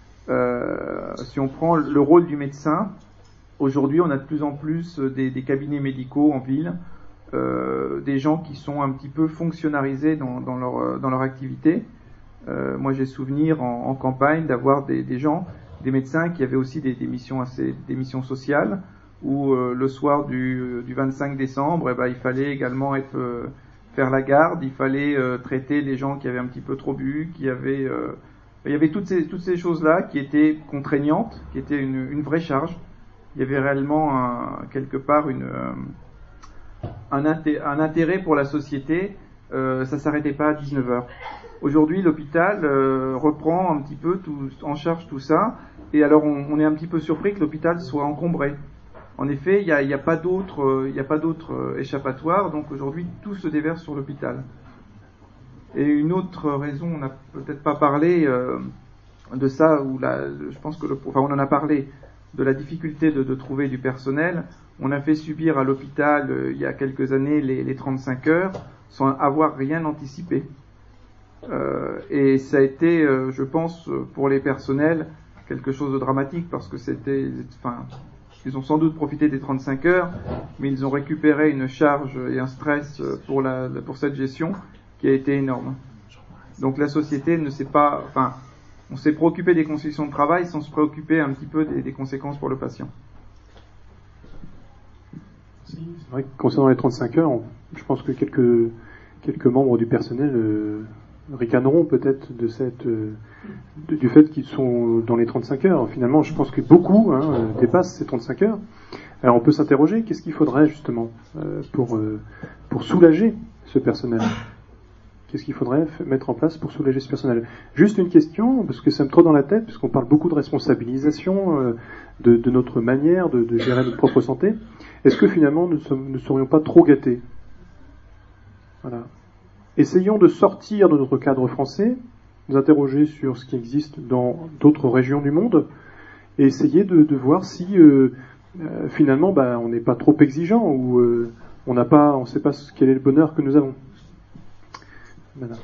Si on prend le rôle du médecin, aujourd'hui, on a de plus en plus des cabinets médicaux en ville, des gens qui sont un petit peu fonctionnalisés dans leur activité. Moi, j'ai souvenir en campagne d'avoir des gens, des médecins qui avaient aussi des missions sociales, où le soir du 25 décembre, il fallait également faire la garde, il fallait traiter les gens qui avaient un petit peu trop bu, il y avait toutes ces choses-là qui étaient contraignantes, qui étaient une vraie charge. Il y avait réellement quelque part un intérêt pour la société. Ça s'arrêtait pas à 19h. Aujourd'hui, l'hôpital reprend un petit peu en charge tout ça, et alors on est un petit peu surpris que l'hôpital soit encombré. En effet, il n'y a pas d'autre échappatoire, donc aujourd'hui tout se déverse sur l'hôpital. Et une autre raison, on n'a peut-être pas parlé de ça, je pense que on en a parlé, de la difficulté de trouver du personnel. On a fait subir à l'hôpital il y a quelques années les 35 heures sans avoir rien anticipé. Et ça a été, je pense, pour les personnels, quelque chose de dramatique parce que ils ont sans doute profité des 35 heures, mais ils ont récupéré une charge et un stress pour cette gestion qui a été énorme. Donc la société on s'est préoccupé des conditions de travail sans se préoccuper un petit peu des conséquences pour le patient. C'est vrai que concernant les 35 heures, je pense que quelques membres du personnel ricaneront peut-être du fait qu'ils sont dans les 35 heures. Finalement, je pense que beaucoup dépassent ces 35 heures. Alors on peut s'interroger, qu'est-ce qu'il faudrait justement pour soulager ce personnel ? Qu'est-ce qu'il faudrait mettre en place pour soulager ce personnel ? Juste une question, parce que ça me trotte dans la tête, puisqu'on parle beaucoup de responsabilisation, de notre manière de gérer notre propre santé. Est-ce que finalement nous ne serions pas trop gâtés ? Voilà. Essayons de sortir de notre cadre français, nous interroger sur ce qui existe dans d'autres régions du monde, et essayer de voir si finalement on n'est pas trop exigeant ou on ne sait pas quel est le bonheur que nous avons. Madame.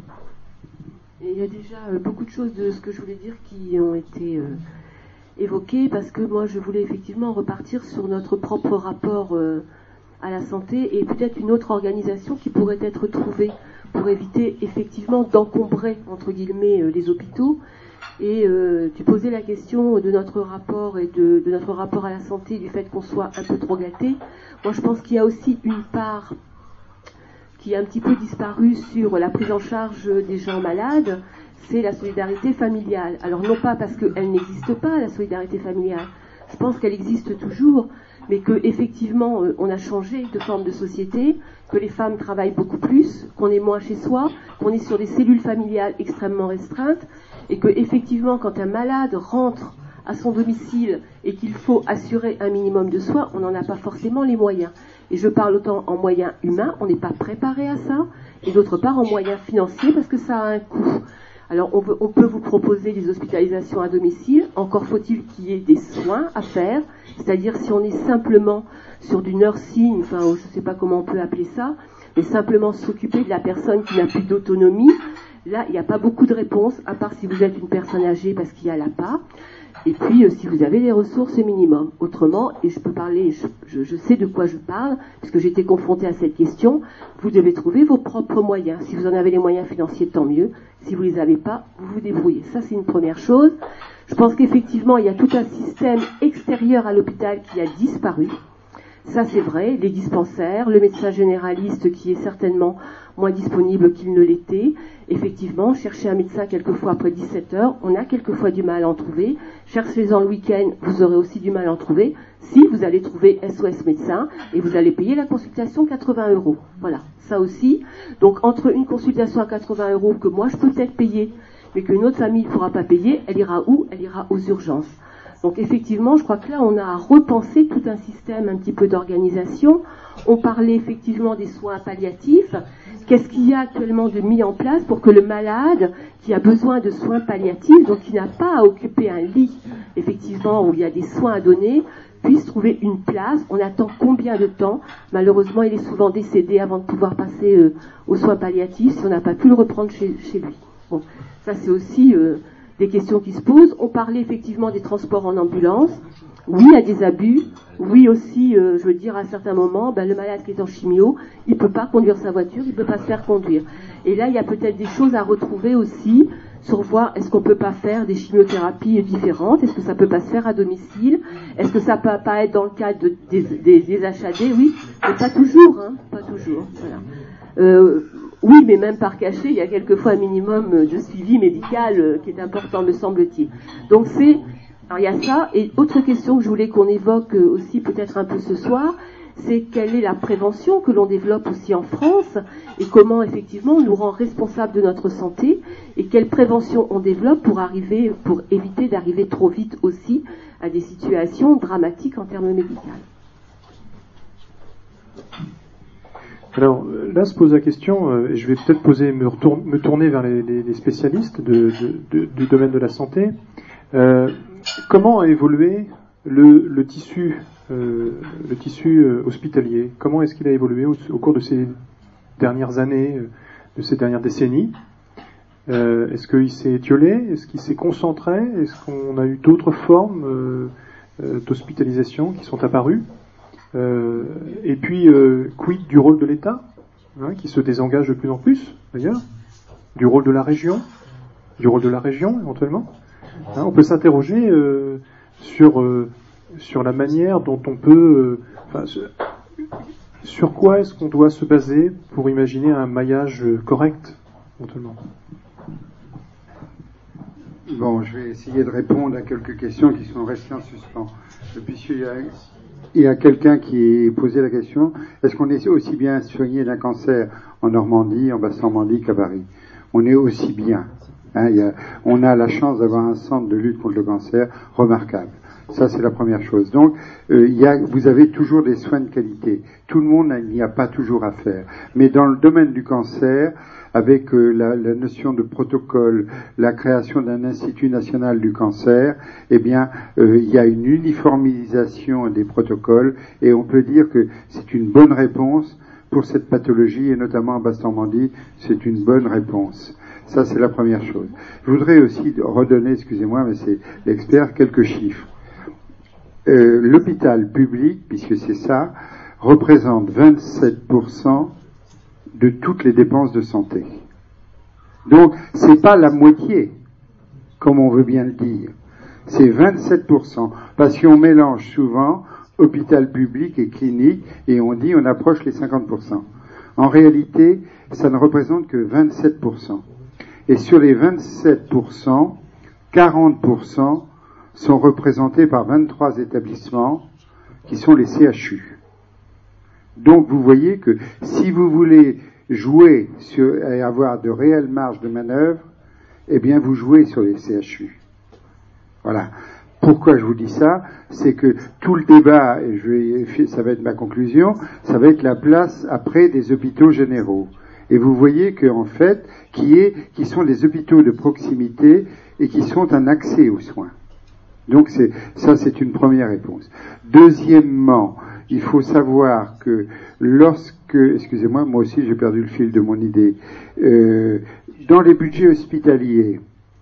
Et il y a déjà beaucoup de choses de ce que je voulais dire qui ont été évoquées, parce que moi je voulais effectivement repartir sur notre propre rapport à la santé et peut-être une autre organisation qui pourrait être trouvée pour éviter effectivement d'encombrer entre guillemets les hôpitaux. Et tu posais la question de notre rapport et de notre rapport à la santé, du fait qu'on soit un peu trop gâté. Moi je pense qu'il y a aussi une part qui a un petit peu disparu sur la prise en charge des gens malades, c'est la solidarité familiale. Alors non pas parce qu'elle n'existe pas, la solidarité familiale, je pense qu'elle existe toujours, mais qu'effectivement on a changé de forme de société, que les femmes travaillent beaucoup plus, qu'on est moins chez soi, qu'on est sur des cellules familiales extrêmement restreintes, et qu'effectivement quand un malade rentre à son domicile et qu'il faut assurer un minimum de soins, on n'en a pas forcément les moyens. Et je parle autant en moyens humains, on n'est pas préparé à ça, et d'autre part en moyens financiers parce que ça a un coût. Alors on peut vous proposer des hospitalisations à domicile, encore faut-il qu'il y ait des soins à faire, c'est-à-dire si on est simplement sur du nursing, je ne sais pas comment on peut appeler ça, mais simplement s'occuper de la personne qui n'a plus d'autonomie. Là, il n'y a pas beaucoup de réponses, à part si vous êtes une personne âgée parce qu'il y a l'APA, et puis si vous avez les ressources minimum. Autrement, et je peux parler, je sais de quoi je parle, puisque j'ai été confrontée à cette question, vous devez trouver vos propres moyens. Si vous en avez les moyens financiers, tant mieux. Si vous ne les avez pas, vous vous débrouillez. Ça, c'est une première chose. Je pense qu'effectivement, il y a tout un système extérieur à l'hôpital qui a disparu. Ça, c'est vrai, les dispensaires, le médecin généraliste qui est certainement moins disponible qu'il ne l'était. Effectivement, chercher un médecin quelquefois après 17 heures, on a quelquefois du mal à en trouver. Cherchez-en le week-end, vous aurez aussi du mal à en trouver. Si vous allez trouver SOS médecin et vous allez payer la consultation 80 €. Voilà, ça aussi. Donc, entre une consultation à 80 € que moi je peux peut-être payer, mais qu'une autre famille ne pourra pas payer, elle ira où? Elle ira aux urgences. Donc effectivement, je crois que là, on a à repenser tout un système un petit peu d'organisation. On parlait effectivement des soins palliatifs. Qu'est-ce qu'il y a actuellement de mis en place pour que le malade qui a besoin de soins palliatifs, donc qui n'a pas à occuper un lit, effectivement, où il y a des soins à donner, puisse trouver une place? On attend combien de temps? Malheureusement, il est souvent décédé avant de pouvoir passer aux soins palliatifs si on n'a pas pu le reprendre chez lui. Bon, ça c'est aussi... des questions qui se posent. On parlait effectivement des transports en ambulance. Oui, il y a des abus. Oui aussi, je veux dire, à certains moments, le malade qui est en chimio, il ne peut pas conduire sa voiture, il ne peut pas se faire conduire. Et là, il y a peut-être des choses à retrouver aussi sur voir, est-ce qu'on ne peut pas faire des chimiothérapies différentes? Est-ce que ça ne peut pas se faire à domicile? Est-ce que ça ne peut pas être dans le cadre des HAD? Oui, mais pas toujours, hein, pas toujours. Voilà. Oui, mais même par cachet, il y a quelquefois un minimum de suivi médical qui est important, me semble-t-il. Donc alors il y a ça. Et autre question que je voulais qu'on évoque aussi peut-être un peu ce soir, c'est quelle est la prévention que l'on développe aussi en France et comment effectivement on nous rend responsables de notre santé et quelle prévention on développe pour éviter d'arriver trop vite aussi à des situations dramatiques en termes médicaux. Alors là se pose la question, et je vais peut-être me tourner vers les spécialistes du domaine de la santé. Comment a évolué le tissu hospitalier? Comment est-ce qu'il a évolué au cours de ces dernières années, de ces dernières décennies? Est-ce qu'il s'est étiolé? Est-ce qu'il s'est concentré? Est-ce qu'on a eu d'autres formes d'hospitalisation qui sont apparues? Et puis, quid du rôle de l'État, qui se désengage de plus en plus, d'ailleurs, du rôle de la région, éventuellement. On peut s'interroger sur la manière dont on peut... sur quoi est-ce qu'on doit se baser pour imaginer un maillage correct, éventuellement. Bon, je vais essayer de répondre à quelques questions qui sont restées en suspens. Il y a quelqu'un qui posait la question, est-ce qu'on est aussi bien soigné d'un cancer en Normandie, en Basse-Normandie qu'à Paris? On est aussi bien. On a la chance d'avoir un centre de lutte contre le cancer remarquable. Ça, c'est la première chose. Donc, vous avez toujours des soins de qualité. Tout le monde n'y a pas toujours à faire. Mais dans le domaine du cancer, avec la notion de protocole, la création d'un institut national du cancer, il y a une uniformisation des protocoles et on peut dire que c'est une bonne réponse pour cette pathologie et notamment en Basse-Normandie, c'est une bonne réponse. Ça, c'est la première chose. Je voudrais aussi redonner, excusez-moi, mais c'est l'expert, quelques chiffres. L'hôpital public, puisque c'est ça, représente 27% de toutes les dépenses de santé. Donc, c'est pas la moitié, comme on veut bien le dire. C'est 27%. Parce qu'on mélange souvent hôpital public et clinique, et on dit on approche les 50%. En réalité, ça ne représente que 27%. Et sur les 27%, 40% sont représentés par 23 établissements qui sont les CHU. Donc vous voyez que si vous voulez jouer et avoir de réelles marges de manœuvre, vous jouez sur les CHU. Voilà. Pourquoi je vous dis ça? C'est que tout le débat, et ça va être ma conclusion, ça va être la place après des hôpitaux généraux. Et vous voyez qu'en fait, qui sont les hôpitaux de proximité et qui sont un accès aux soins. Donc c'est une première réponse. Deuxièmement, il faut savoir que excusez-moi, moi aussi j'ai perdu le fil de mon idée, dans les budgets hospitaliers,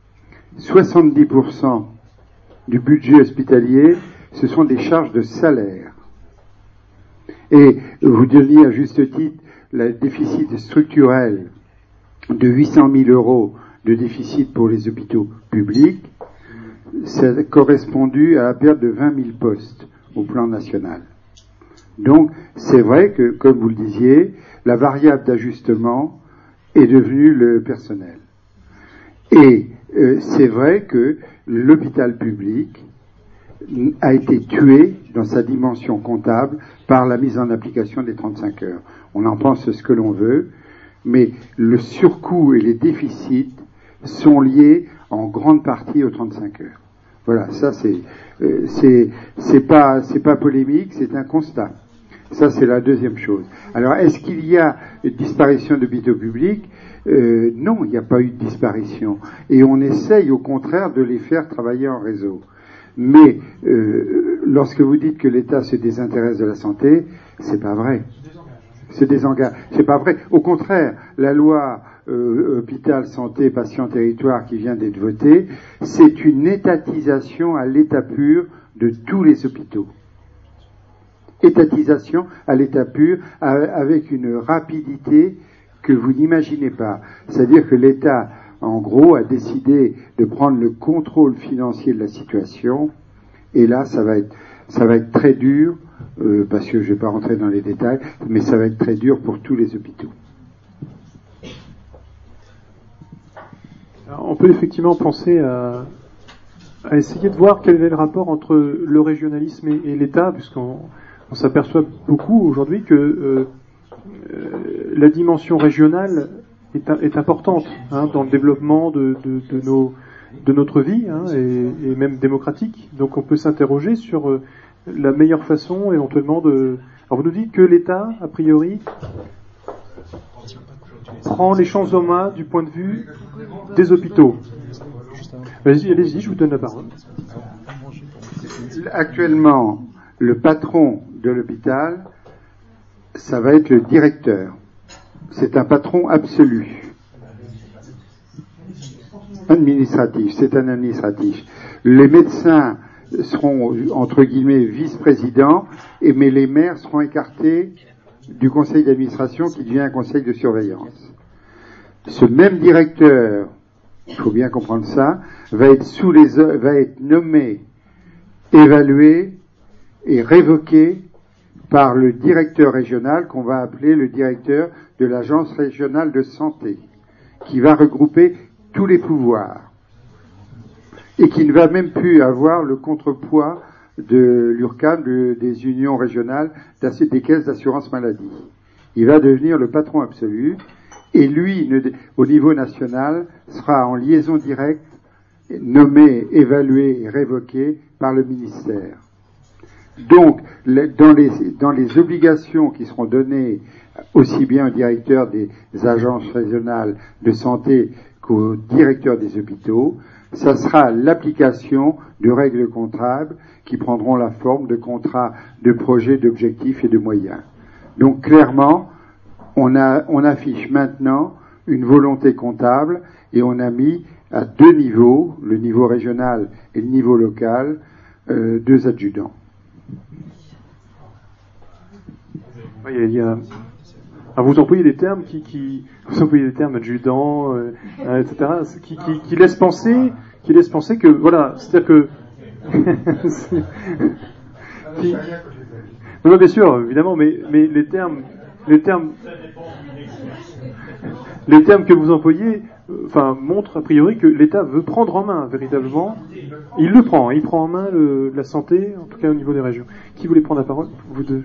70% du budget hospitalier, ce sont des charges de salaire. Et vous donniez à juste titre le déficit structurel de 800 000 euros de déficit pour les hôpitaux publics, ça a correspondu à la perte de 20 000 postes au plan national. Donc, c'est vrai que, comme vous le disiez, la variable d'ajustement est devenue le personnel. Et c'est vrai que l'hôpital public a été tué dans sa dimension comptable par la mise en application des 35 heures. On en pense ce que l'on veut, mais le surcoût et les déficits sont liés en grande partie aux 35 heures. Voilà, ça c'est pas polémique, c'est un constat. Ça c'est la deuxième chose. Alors est-ce qu'il y a une disparition d'hôpitaux publics ? Non, il n'y a pas eu de disparition. Et on essaye au contraire de les faire travailler en réseau. Mais lorsque vous dites que l'État se désintéresse de la santé, c'est pas vrai. C'est pas vrai. Au contraire, la loi hôpital, santé, patient, territoire qui vient d'être votée, c'est une étatisation à l'état pur de tous les hôpitaux. Étatisation à l'état pur avec une rapidité que vous n'imaginez pas. C'est-à-dire que l'État, en gros, a décidé de prendre le contrôle financier de la situation, et là, ça va être très dur, parce que je ne vais pas rentrer dans les détails, mais ça va être très dur pour tous les hôpitaux. Alors, on peut effectivement penser à essayer de voir quel est le rapport entre le régionalisme et l'État, puisqu'on s'aperçoit beaucoup aujourd'hui que la dimension régionale est importante dans le développement de notre vie et même démocratique. Donc on peut s'interroger sur la meilleure façon éventuellement de... Alors vous nous dites que l'État, a priori, prend les choses en main du point de vue des hôpitaux. Allez-y, je vous donne la parole. Actuellement, le patron de l'hôpital, ça va être le directeur. C'est un patron absolu. Administratif, c'est un administratif. Les médecins seront, entre guillemets, vice-présidents, mais les maires seront écartés du conseil d'administration qui devient un conseil de surveillance. Ce même directeur, il faut bien comprendre ça, va être nommé, évalué et révoqué par le directeur régional qu'on va appeler le directeur de l'agence régionale de santé, qui va regrouper tous les pouvoirs et qui ne va même plus avoir le contrepoids de l'URCAM, des unions régionales des caisses d'assurance maladie. Il va devenir le patron absolu et lui, au niveau national, sera en liaison directe, nommé, évalué et révoqué par le ministère. Donc, dans les obligations qui seront données aussi bien au directeur des agences régionales de santé qu'au directeur des hôpitaux, ça sera l'application de règles comptables qui prendront la forme de contrats, de projets, d'objectifs et de moyens. Donc, clairement, on affiche maintenant une volonté comptable et on a mis à deux niveaux, le niveau régional et le niveau local, deux adjudants. Alors vous employez des termes vous employez des termes adjudant, etc., qui laissent penser que voilà, c'est-à-dire que non, bien sûr, évidemment, mais les termes que vous employez, montrent a priori que l'État veut prendre en main véritablement. Il prend en main la santé, en tout cas au niveau des régions. Qui voulait prendre la parole ? Vous deux.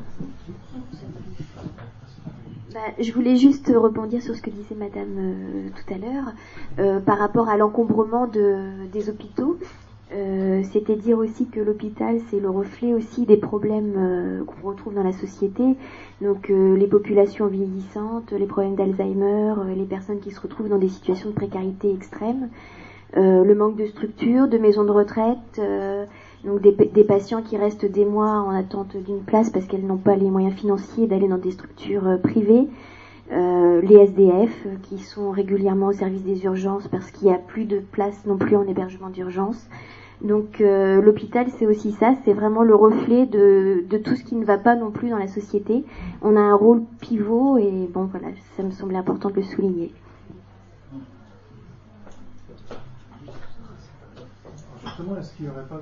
Je voulais juste rebondir sur ce que disait Madame tout à l'heure par rapport à l'encombrement des hôpitaux. C'était dire aussi que l'hôpital, c'est le reflet aussi des problèmes qu'on retrouve dans la société. Donc les populations vieillissantes, les problèmes d'Alzheimer, les personnes qui se retrouvent dans des situations de précarité extrême. le manque de structures, de maisons de retraite, donc des patients qui restent des mois en attente d'une place parce qu'elles n'ont pas les moyens financiers d'aller dans des structures privées, les SDF qui sont régulièrement au service des urgences parce qu'il n'y a plus de place non plus en hébergement d'urgence. Donc l'hôpital, c'est aussi ça, c'est vraiment le reflet de tout ce qui ne va pas non plus dans la société. On a un rôle pivot et bon voilà, ça me semblait important de le souligner. Justement, est-ce qu'il n'y aurait pas...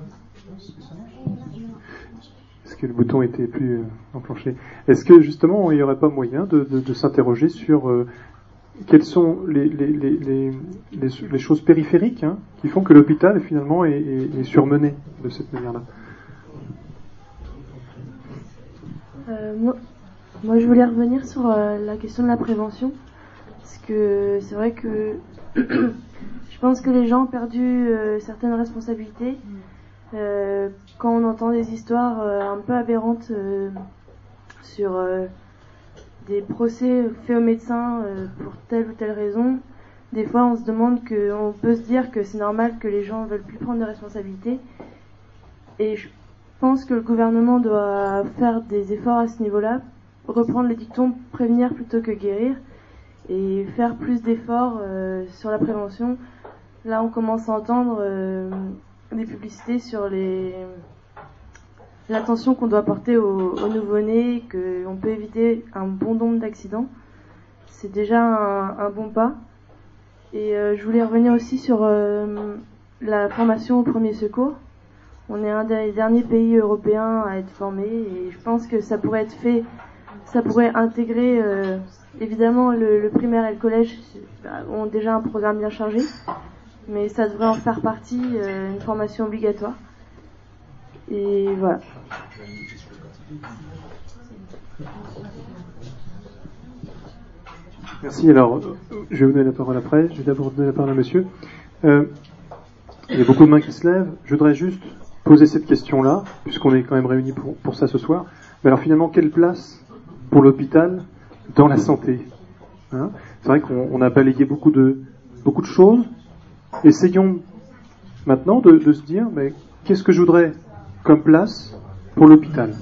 Est-ce que le bouton était plus enclenché? Est-ce que justement il n'y aurait pas moyen de s'interroger sur quelles sont les choses périphériques qui font que l'hôpital finalement est surmené de cette manière-là? Moi je voulais revenir sur la question de la prévention, parce que c'est vrai que je pense que les gens ont perdu certaines responsabilités. Quand on entend des histoires un peu aberrantes sur des procès faits aux médecins pour telle ou telle raison, des fois on se demande on peut se dire que c'est normal que les gens ne veulent plus prendre de responsabilités. Et je pense que le gouvernement doit faire des efforts à ce niveau-là, reprendre le dicton prévenir plutôt que guérir, et faire plus d'efforts sur la prévention. Là on commence à entendre des publicités sur l'attention qu'on doit porter aux nouveau-nés, qu'on peut éviter un bon nombre d'accidents. C'est déjà un bon pas. Et je voulais revenir aussi sur la formation au premier secours. On est un des derniers pays européens à être formé et je pense que ça pourrait être fait, ça pourrait intégrer évidemment le primaire et le collège ont déjà un programme bien chargé, mais ça devrait en faire partie, une formation obligatoire. Et voilà. Merci. Alors, je vais vous donner la parole après. Je vais d'abord donner la parole à monsieur. Il y a beaucoup de mains qui se lèvent. Je voudrais juste poser cette question-là, puisqu'on est quand même réunis pour ça ce soir. Mais alors finalement, quelle place pour l'hôpital dans la santé? C'est vrai qu'on a balayé beaucoup de choses. Essayons maintenant de se dire, mais qu'est-ce que je voudrais comme place pour l'hôpital?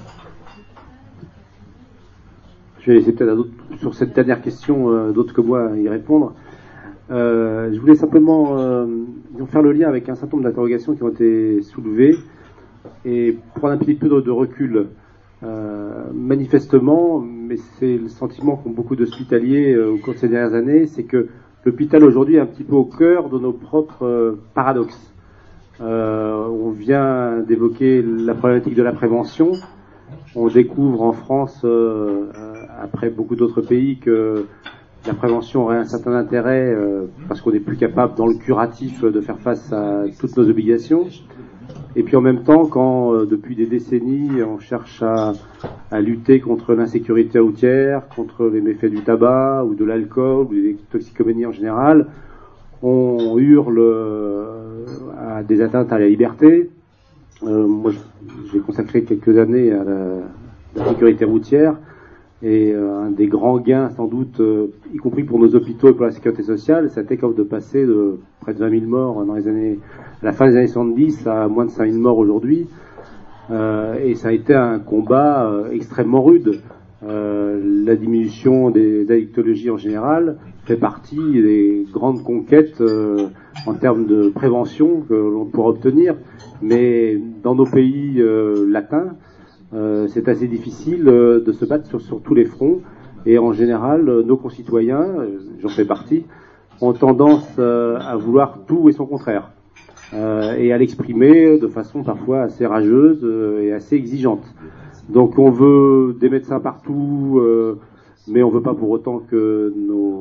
Je vais laisser peut-être à d'autres, sur cette dernière question, d'autres que moi y répondre. Je voulais simplement faire le lien avec un certain nombre d'interrogations qui ont été soulevées et prendre un petit peu de recul. Manifestement, mais c'est le sentiment qu'ont beaucoup d'hospitaliers au cours de ces dernières années, c'est que l'hôpital aujourd'hui est un petit peu au cœur de nos propres paradoxes. On vient d'évoquer la problématique de la prévention. On découvre en France, après beaucoup d'autres pays, que la prévention aurait un certain intérêt parce qu'on n'est plus capable, dans le curatif, de faire face à toutes nos obligations. Et puis en même temps, quand depuis des décennies, on cherche à lutter contre l'insécurité routière, contre les méfaits du tabac ou de l'alcool ou des toxicomanies en général, on hurle à des atteintes à la liberté. Moi, j'ai consacré quelques années à la sécurité routière et un des grands gains, sans doute, y compris pour nos hôpitaux et pour la sécurité sociale, c'était comme de passer de près de 20 000 morts dans à la fin des années 70 à moins de 5 000 morts aujourd'hui. Et ça a été un combat extrêmement rude. La diminution des addictologies en général fait partie des grandes conquêtes en termes de prévention que l'on pourra obtenir, mais dans nos pays latins, c'est assez difficile de se battre sur tous les fronts, et en général, nos concitoyens, j'en fais partie, ont tendance à vouloir tout et son contraire, et à l'exprimer de façon parfois assez rageuse et assez exigeante. Donc on veut des médecins partout, mais on veut pas pour autant que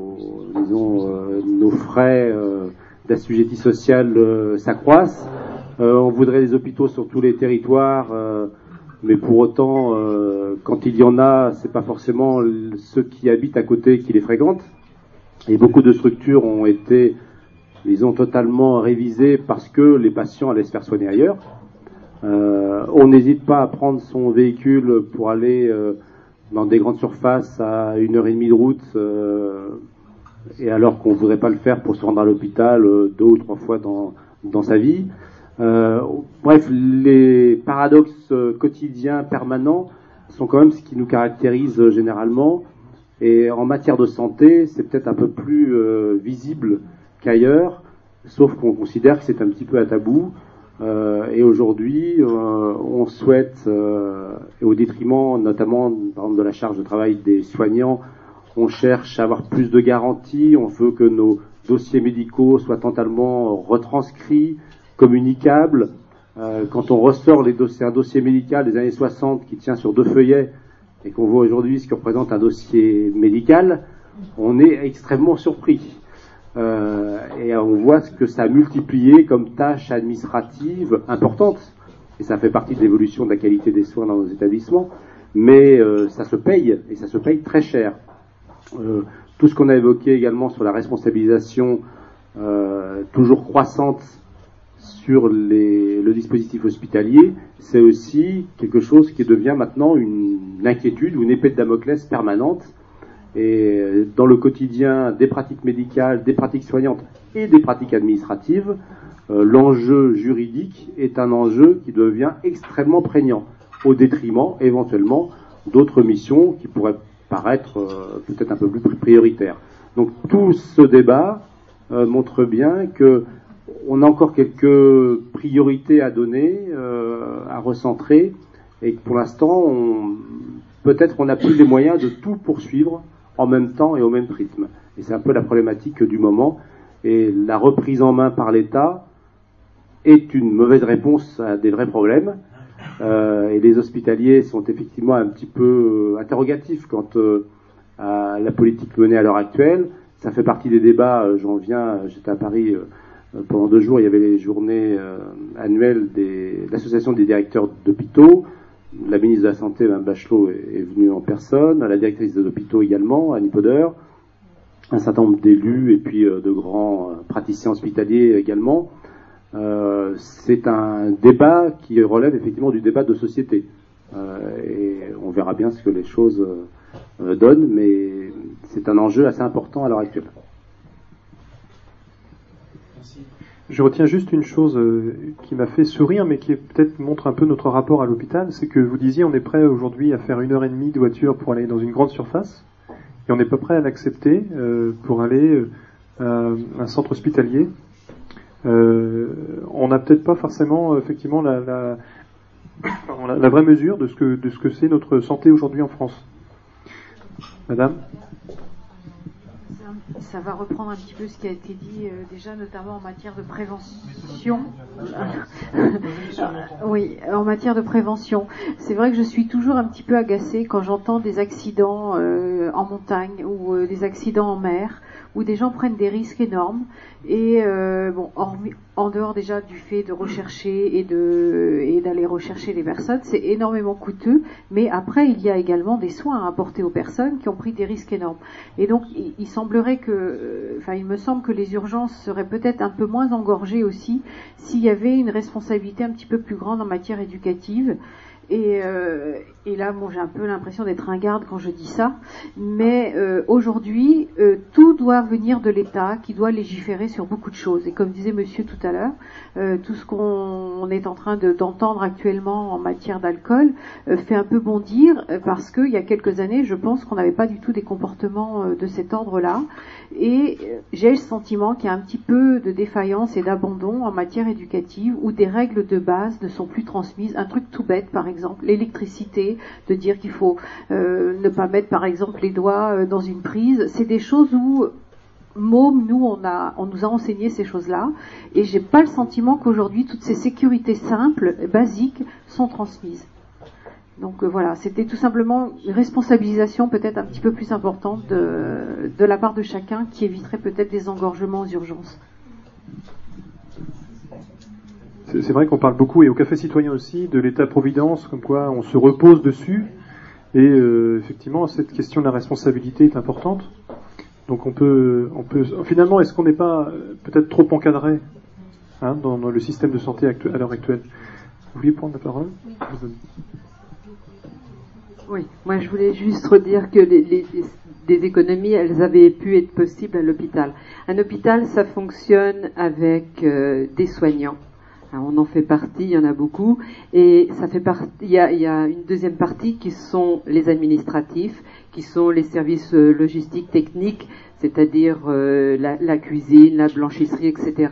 nos frais d'assujetti social s'accroissent. On voudrait des hôpitaux sur tous les territoires, mais pour autant, quand il y en a, c'est pas forcément ceux qui habitent à côté qui les fréquentent. Et beaucoup de structures ont été, disons, totalement révisées parce que les patients allaient se faire soigner ailleurs. On n'hésite pas à prendre son véhicule pour aller dans des grandes surfaces à 1h30 de route et alors qu'on ne voudrait pas le faire pour se rendre à l'hôpital 2 ou 3 fois dans sa vie. Bref, les paradoxes quotidiens permanents sont quand même ce qui nous caractérise généralement. Et en matière de santé, c'est peut-être un peu plus visible qu'ailleurs, sauf qu'on considère que c'est un petit peu à tabou. Et aujourd'hui, on souhaite, et au détriment notamment par exemple, de la charge de travail des soignants, on cherche à avoir plus de garanties, on veut que nos dossiers médicaux soient totalement retranscrits, communicables. Quand on ressort un dossier médical des années 60 qui tient sur 2 feuillets, et qu'on voit aujourd'hui ce que représente un dossier médical, on est extrêmement surpris. Et on voit ce que ça a multiplié comme tâches administratives importantes. Et ça fait partie de l'évolution de la qualité des soins dans nos établissements. Mais ça se paye, et ça se paye très cher. Tout ce qu'on a évoqué également sur la responsabilisation toujours croissante sur le dispositif hospitalier, c'est aussi quelque chose qui devient maintenant une inquiétude ou une épée de Damoclès permanente. Et dans le quotidien des pratiques médicales, des pratiques soignantes et des pratiques administratives, l'enjeu juridique est un enjeu qui devient extrêmement prégnant, au détriment éventuellement d'autres missions qui pourraient paraître peut-être un peu plus prioritaires. Donc tout ce débat montre bien que on a encore quelques priorités à donner, à recentrer, et que pour l'instant, peut-être on n'a plus les moyens de tout poursuivre en même temps et au même rythme. Et c'est un peu la problématique du moment. Et la reprise en main par l'État est une mauvaise réponse à des vrais problèmes. Et les hospitaliers sont effectivement un petit peu interrogatifs quant à la politique menée à l'heure actuelle. Ça fait partie des débats. J'étais à Paris pendant 2 jours, il y avait les journées annuelles de l'association des directeurs d'hôpitaux. La ministre de la Santé, Mme Bachelot, est venue en personne, la directrice des hôpitaux également, Annie Poder, un certain nombre d'élus et puis de grands praticiens hospitaliers également. C'est un débat qui relève effectivement du débat de société. Et on verra bien ce que les choses donnent, mais c'est un enjeu assez important à l'heure actuelle. Je retiens juste une chose qui m'a fait sourire, mais qui peut-être montre un peu notre rapport à l'hôpital, c'est que vous disiez on est prêt aujourd'hui à faire 1h30 de voiture pour aller dans une grande surface, et on n'est pas prêt à l'accepter pour aller à un centre hospitalier. On n'a peut-être pas forcément effectivement la vraie mesure de ce que c'est notre santé aujourd'hui en France. Madame ? Ça va reprendre un petit peu ce qui a été dit déjà, notamment en matière de prévention. Oui, en matière de prévention. C'est vrai que je suis toujours un petit peu agacée quand j'entends des accidents en montagne ou des accidents en mer, où des gens prennent des risques énormes. Et en dehors déjà du fait de rechercher et d'aller rechercher les personnes, c'est énormément coûteux. Mais après, il y a également des soins à apporter aux personnes qui ont pris des risques énormes. Et donc, il me semble que les urgences seraient peut-être un peu moins engorgées aussi s'il y avait une responsabilité un petit peu plus grande en matière éducative. Et là, j'ai un peu l'impression d'être ringarde quand je dis ça, mais aujourd'hui, tout doit venir de l'État, qui doit légiférer sur beaucoup de choses. Et comme disait monsieur tout à l'heure, tout ce qu'on est en train d'entendre actuellement en matière d'alcool fait un peu bondir, parce qu'il y a quelques années, je pense qu'on n'avait pas du tout des comportements de cet ordre-là. Et j'ai le sentiment qu'il y a un petit peu de défaillance et d'abandon en matière éducative, où des règles de base ne sont plus transmises. Un truc tout bête, par exemple, l'électricité, de dire qu'il faut ne pas mettre par exemple les doigts dans une prise, c'est des choses où môme, nous on nous a enseigné ces choses-là, et j'ai pas le sentiment qu'aujourd'hui toutes ces sécurités simples, basiques, sont transmises. Donc voilà, c'était tout simplement une responsabilisation peut-être un petit peu plus importante de la part de chacun, qui éviterait peut-être des engorgements aux urgences. C'est vrai qu'on parle beaucoup, et au Café Citoyen aussi, de l'État-providence, comme quoi on se repose dessus, et effectivement cette question de la responsabilité est importante. Donc on peut finalement, est-ce qu'on n'est pas peut-être trop encadré dans le système de santé à l'heure actuelle? Vous vouliez prendre la parole? Oui, moi je voulais juste redire que des économies, elles avaient pu être possibles à l'hôpital. Un hôpital, ça fonctionne avec des soignants. Alors, on en fait partie, il y en a beaucoup, et ça fait partie. Il y a une deuxième partie qui sont les administratifs, qui sont les services logistiques techniques, c'est-à-dire la cuisine, la blanchisserie, etc.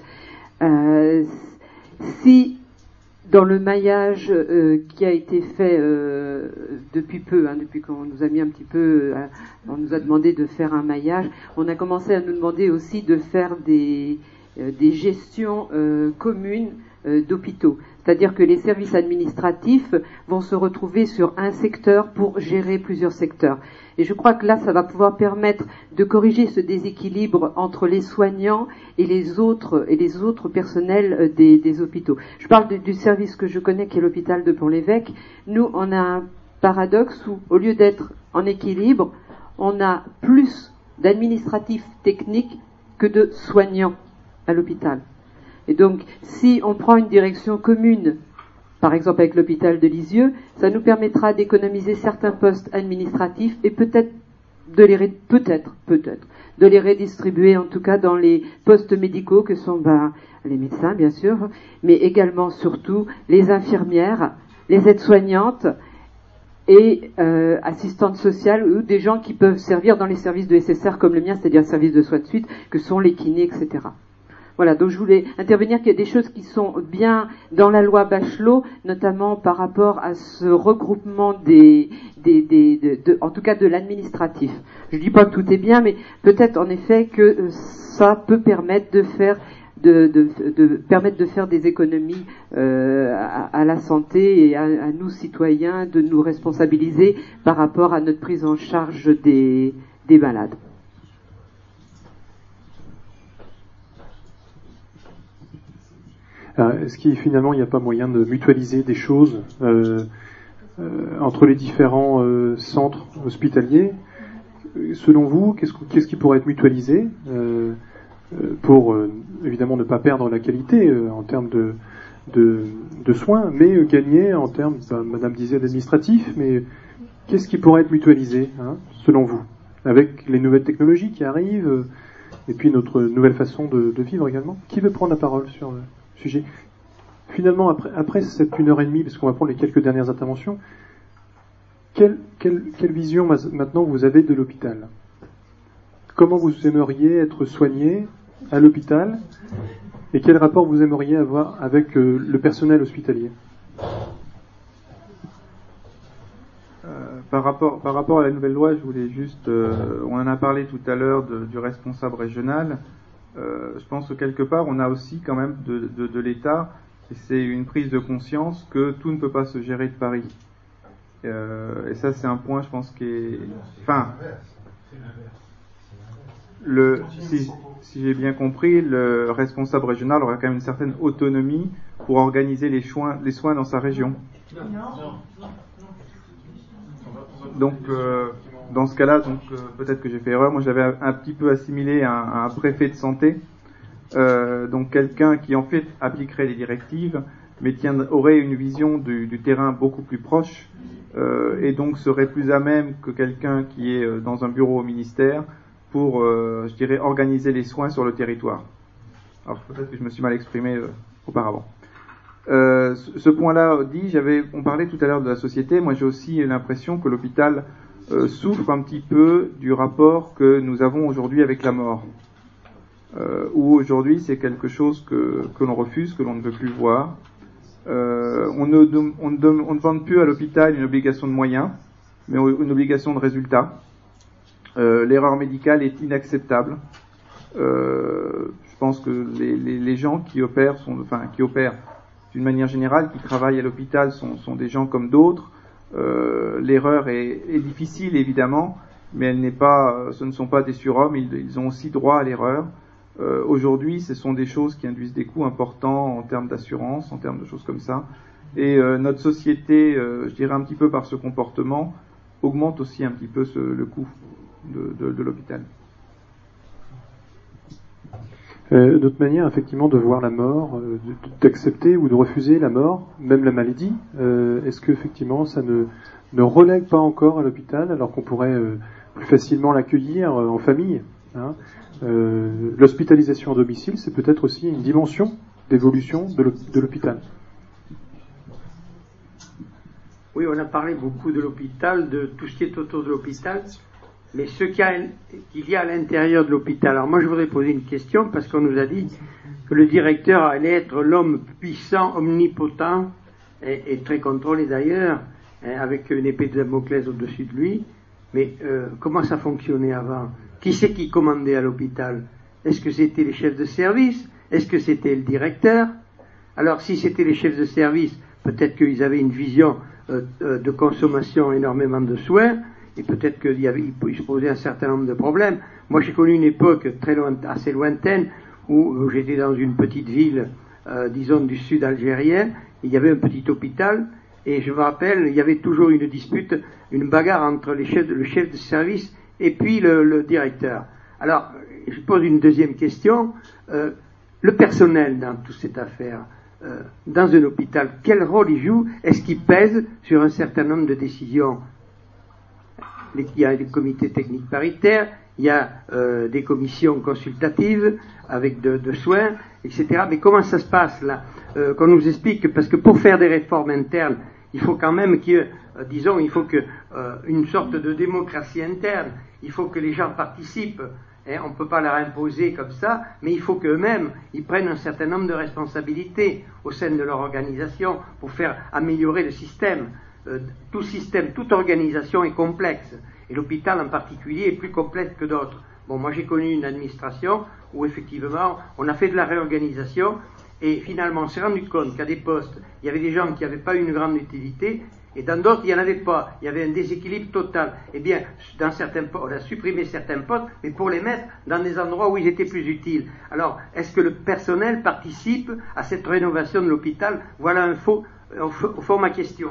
Si dans le maillage qui a été fait depuis peu, depuis qu'on nous a mis un petit peu, on nous a demandé de faire un maillage, on a commencé à nous demander aussi de faire des gestions communes d'hôpitaux. C'est-à-dire que les services administratifs vont se retrouver sur un secteur pour gérer plusieurs secteurs. Et je crois que là, ça va pouvoir permettre de corriger ce déséquilibre entre les soignants et les autres personnels des hôpitaux. Je parle du service que je connais, qui est l'hôpital de Pont-l'Évêque. Nous, on a un paradoxe où, au lieu d'être en équilibre, on a plus d'administratifs techniques que de soignants à l'hôpital. Et donc, si on prend une direction commune, par exemple avec l'hôpital de Lisieux, ça nous permettra d'économiser certains postes administratifs et peut-être de les redistribuer, en tout cas dans les postes médicaux que sont les médecins, bien sûr, mais également, surtout, les infirmières, les aides-soignantes et assistantes sociales ou des gens qui peuvent servir dans les services de SSR comme le mien, c'est-à-dire le service de soins de suite, que sont les kinés, etc. Voilà, donc je voulais intervenir qu'il y a des choses qui sont bien dans la loi Bachelot, notamment par rapport à ce regroupement en tout cas de l'administratif. Je dis pas que tout est bien, mais peut-être en effet que ça peut permettre de faire des économies à la santé et à nous citoyens, de nous responsabiliser par rapport à notre prise en charge des malades. Est-ce qu'il finalement il n'y a pas moyen de mutualiser des choses entre les différents centres hospitaliers? Selon vous, qu'est-ce qui pourrait être mutualisé pour évidemment ne pas perdre la qualité en termes de soins, mais gagner en termes, Madame disait, d'administratif, mais qu'est-ce qui pourrait être mutualisé, selon vous, avec les nouvelles technologies qui arrivent et puis notre nouvelle façon de vivre également? Qui veut prendre la parole sur sujet? Finalement, après cette 1h30, parce qu'on va prendre les quelques dernières interventions, quelle vision maintenant vous avez de l'hôpital? Comment vous aimeriez être soigné à l'hôpital et quel rapport vous aimeriez avoir avec le personnel hospitalier? Par rapport à la nouvelle loi, je voulais juste, on en a parlé tout à l'heure du responsable régional. Je pense que quelque part, on a aussi quand même de l'État, et c'est une prise de conscience que tout ne peut pas se gérer de Paris. Et ça, c'est un point, je pense, qui est... Enfin, si j'ai bien compris, le responsable régional aura quand même une certaine autonomie pour organiser les soins dans sa région. Donc, dans ce cas-là, peut-être que j'ai fait erreur. Moi, j'avais un petit peu assimilé à un préfet de santé, donc quelqu'un qui en fait appliquerait les directives, mais qui aurait une vision du terrain beaucoup plus proche, et donc serait plus à même que quelqu'un qui est dans un bureau au ministère pour, je dirais, organiser les soins sur le territoire. Alors peut-être que je me suis mal exprimé auparavant. Ce point-là dit, on parlait tout à l'heure de la société. Moi, j'ai aussi l'impression que l'hôpital souffre un petit peu du rapport que nous avons aujourd'hui avec la mort. Où aujourd'hui, c'est quelque chose que l'on refuse, que l'on ne veut plus voir. On ne demande plus à l'hôpital une obligation de moyens, mais une obligation de résultat. L'erreur médicale est inacceptable. Je pense que les gens qui opèrent d'une manière générale, qui travaillent à l'hôpital, sont des gens comme d'autres. L'erreur est difficile, évidemment, mais ce ne sont pas des surhommes, ils ont aussi droit à l'erreur. Aujourd'hui, ce sont des choses qui induisent des coûts importants en termes d'assurance, en termes de choses comme ça. Et notre société, je dirais un petit peu par ce comportement, augmente aussi un petit peu le coût de l'hôpital. D'autres manières, effectivement, de voir la mort, d'accepter ou de refuser la mort, même la maladie, est-ce que effectivement ça ne relègue pas encore à l'hôpital, alors qu'on pourrait plus facilement l'accueillir en famille. Hein. L'hospitalisation à domicile, c'est peut-être aussi une dimension d'évolution de l'hôpital. Oui, on a parlé beaucoup de l'hôpital, de tout ce qui est autour de l'hôpital, mais ce qu'il y a à l'intérieur de l'hôpital. Alors moi, je voudrais poser une question, parce qu'on nous a dit que le directeur allait être l'homme puissant, omnipotent, et très contrôlé d'ailleurs, hein, avec une épée de Damoclès au-dessus de lui. Mais comment ça fonctionnait avant? Qui c'est qui commandait à l'hôpital? Est-ce que c'était les chefs de service? Est-ce que c'était le directeur? Alors si c'était les chefs de service, peut-être qu'ils avaient une vision de consommation énormément de soins, et peut-être qu'il se posait un certain nombre de problèmes. Moi j'ai connu une époque assez lointaine, où j'étais dans une petite ville, disons du sud algérien, il y avait un petit hôpital, et je me rappelle, il y avait toujours une dispute, une bagarre entre le chef de service et puis le directeur. Alors, je pose une deuxième question. Le personnel dans toute cette affaire, dans un hôpital, quel rôle il joue? Est-ce qu'il pèse sur un certain nombre de décisions? Il y a des comités techniques paritaires, il y a des commissions consultatives avec de soins, etc. Mais comment ça se passe là? Qu'on nous explique, parce que pour faire des réformes internes, il faut quand même il faut que une sorte de démocratie interne, il faut que les gens participent. Hein, on ne peut pas leur imposer comme ça, mais il faut qu'eux-mêmes, ils prennent un certain nombre de responsabilités au sein de leur organisation pour faire améliorer le système. Tout système, toute organisation est complexe, et l'hôpital en particulier est plus complexe que d'autres. Bon, moi j'ai connu une administration où effectivement on a fait de la réorganisation, et finalement on s'est rendu compte qu'à des postes, il y avait des gens qui n'avaient pas une grande utilité, et dans d'autres il n'y en avait pas, il y avait un déséquilibre total. Eh bien, dans certains postes, on a supprimé certains postes, mais pour les mettre dans des endroits où ils étaient plus utiles. Alors, est-ce que le personnel participe à cette rénovation de l'hôpital? Voilà au fond ma question.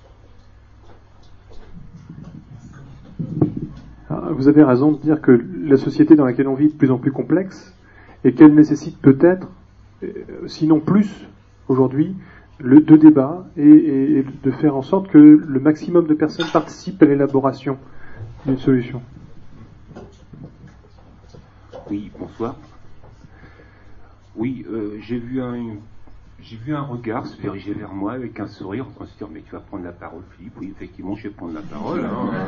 Vous avez raison de dire que la société dans laquelle on vit est de plus en plus complexe, et qu'elle nécessite peut-être, sinon plus, aujourd'hui, de débat et de faire en sorte que le maximum de personnes participent à l'élaboration d'une solution. Oui, bonsoir. Oui, j'ai vu un regard se diriger vers moi avec un sourire, en se disant mais tu vas prendre la parole, Philippe. Oui, effectivement, je vais prendre la parole.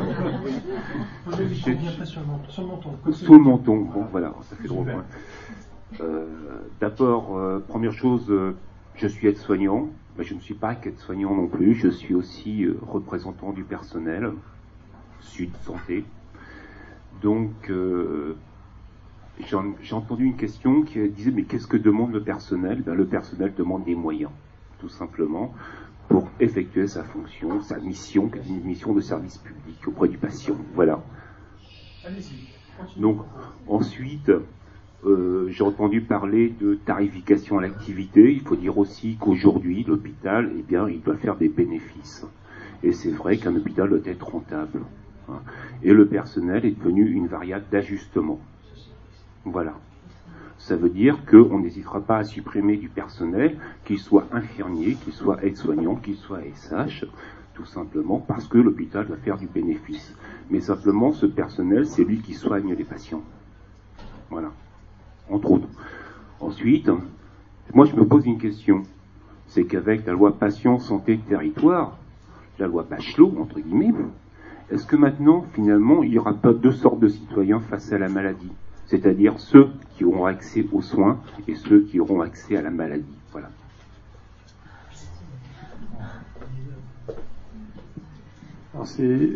Sur le menton. Bon, voilà, ça fait drôle. D'abord, première chose, je suis aide-soignant. Mais je ne suis pas qu'aide-soignant non plus. Je suis aussi représentant du personnel, Sud Santé. Donc, j'ai entendu une question qui disait mais qu'est-ce que demande le personnel? Ben, le personnel demande des moyens, tout simplement, pour effectuer sa fonction, sa mission, qui est une mission de service public auprès du patient. Voilà. Donc, ensuite, j'ai entendu parler de tarification à l'activité. Il faut dire aussi qu'aujourd'hui, l'hôpital, eh bien, il doit faire des bénéfices. Et c'est vrai qu'un hôpital doit être rentable. Hein. Et le personnel est devenu une variable d'ajustement. Voilà. Ça veut dire qu'on n'hésitera pas à supprimer du personnel, qu'il soit infirmier, qu'il soit aide-soignant, qu'il soit SH, tout simplement parce que l'hôpital doit faire du bénéfice. Mais simplement, ce personnel, c'est lui qui soigne les patients. Voilà. Entre autres. Ensuite, moi je me pose une question. C'est qu'avec la loi Patient, Santé, Territoire, la loi Bachelot, entre guillemets, est-ce que maintenant, finalement, il n'y aura pas deux sortes de citoyens face à la maladie? C'est-à-dire ceux qui auront accès aux soins et ceux qui auront accès à la maladie. Voilà. Alors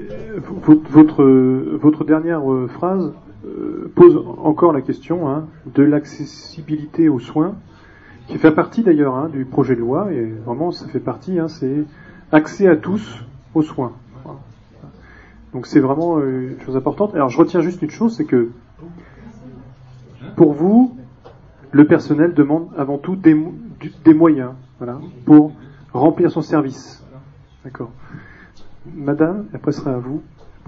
votre dernière phrase pose encore la question de l'accessibilité aux soins, qui fait partie d'ailleurs du projet de loi, et vraiment ça fait partie, c'est accès à tous aux soins. Voilà. Donc c'est vraiment une chose importante. Alors je retiens juste une chose, c'est que pour vous, le personnel demande avant tout des moyens, voilà, pour remplir son service. D'accord. Madame, après ce sera à vous.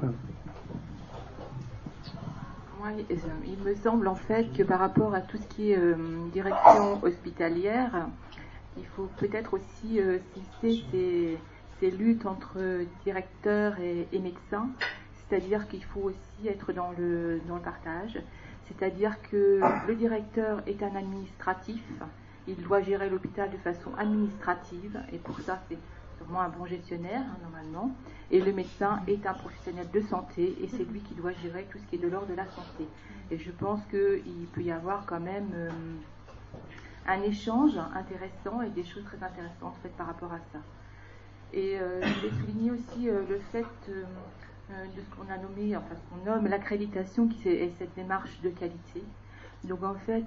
Moi, il me semble en fait que par rapport à tout ce qui est direction hospitalière, il faut peut-être aussi cesser ces luttes entre directeurs et médecins. c'est-à-dire qu'il faut aussi être dans le partage, c'est-à-dire que le directeur est un administratif, il doit gérer l'hôpital de façon administrative, et pour ça c'est sûrement un bon gestionnaire, normalement, et le médecin est un professionnel de santé, et c'est lui qui doit gérer tout ce qui est de l'ordre de la santé. Et je pense qu'il peut y avoir quand même un échange intéressant et des choses très intéressantes faites par rapport à ça. Et je voulais souligner aussi le fait de ce qu'on a nommé, enfin ce qu'on nomme l'accréditation, qui est cette démarche de qualité. Donc en fait,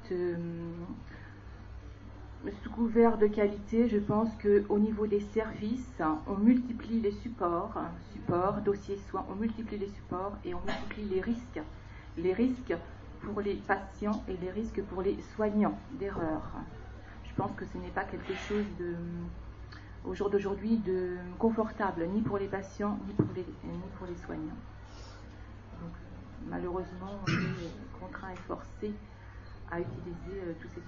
sous couvert de qualité, je pense qu'au niveau des services, on multiplie les supports, dossiers soins, on multiplie les supports et on multiplie les risques. Les risques pour les patients et les risques pour les soignants d'erreur. Je pense que ce n'est pas quelque chose au jour d'aujourd'hui de confortable, ni pour les patients, ni pour les soignants. Donc, malheureusement, on est contraint et forcé à utiliser tous ces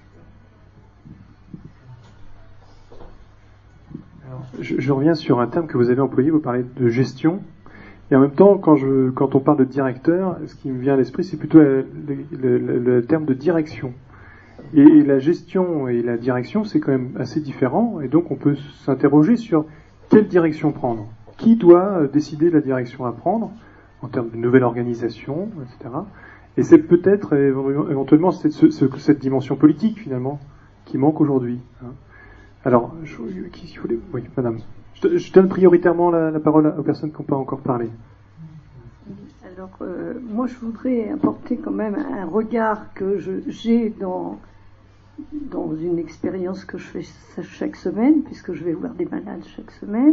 supports. Alors, je reviens sur un terme que vous avez employé, vous parlez de gestion. Et en même temps, quand on parle de directeur, ce qui me vient à l'esprit, c'est plutôt le terme de direction. Et la gestion et la direction, c'est quand même assez différent. Et donc, on peut s'interroger sur quelle direction prendre. Qui doit décider de la direction à prendre en termes de nouvelle organisation, etc. Et c'est peut-être éventuellement cette dimension politique, finalement, qui manque aujourd'hui. Alors, qui voulait... Oui, madame. Je donne prioritairement la parole aux personnes qui n'ont pas encore parlé. Alors, moi, je voudrais apporter quand même un regard que j'ai dans une expérience que je fais chaque semaine, puisque je vais voir des malades chaque semaine.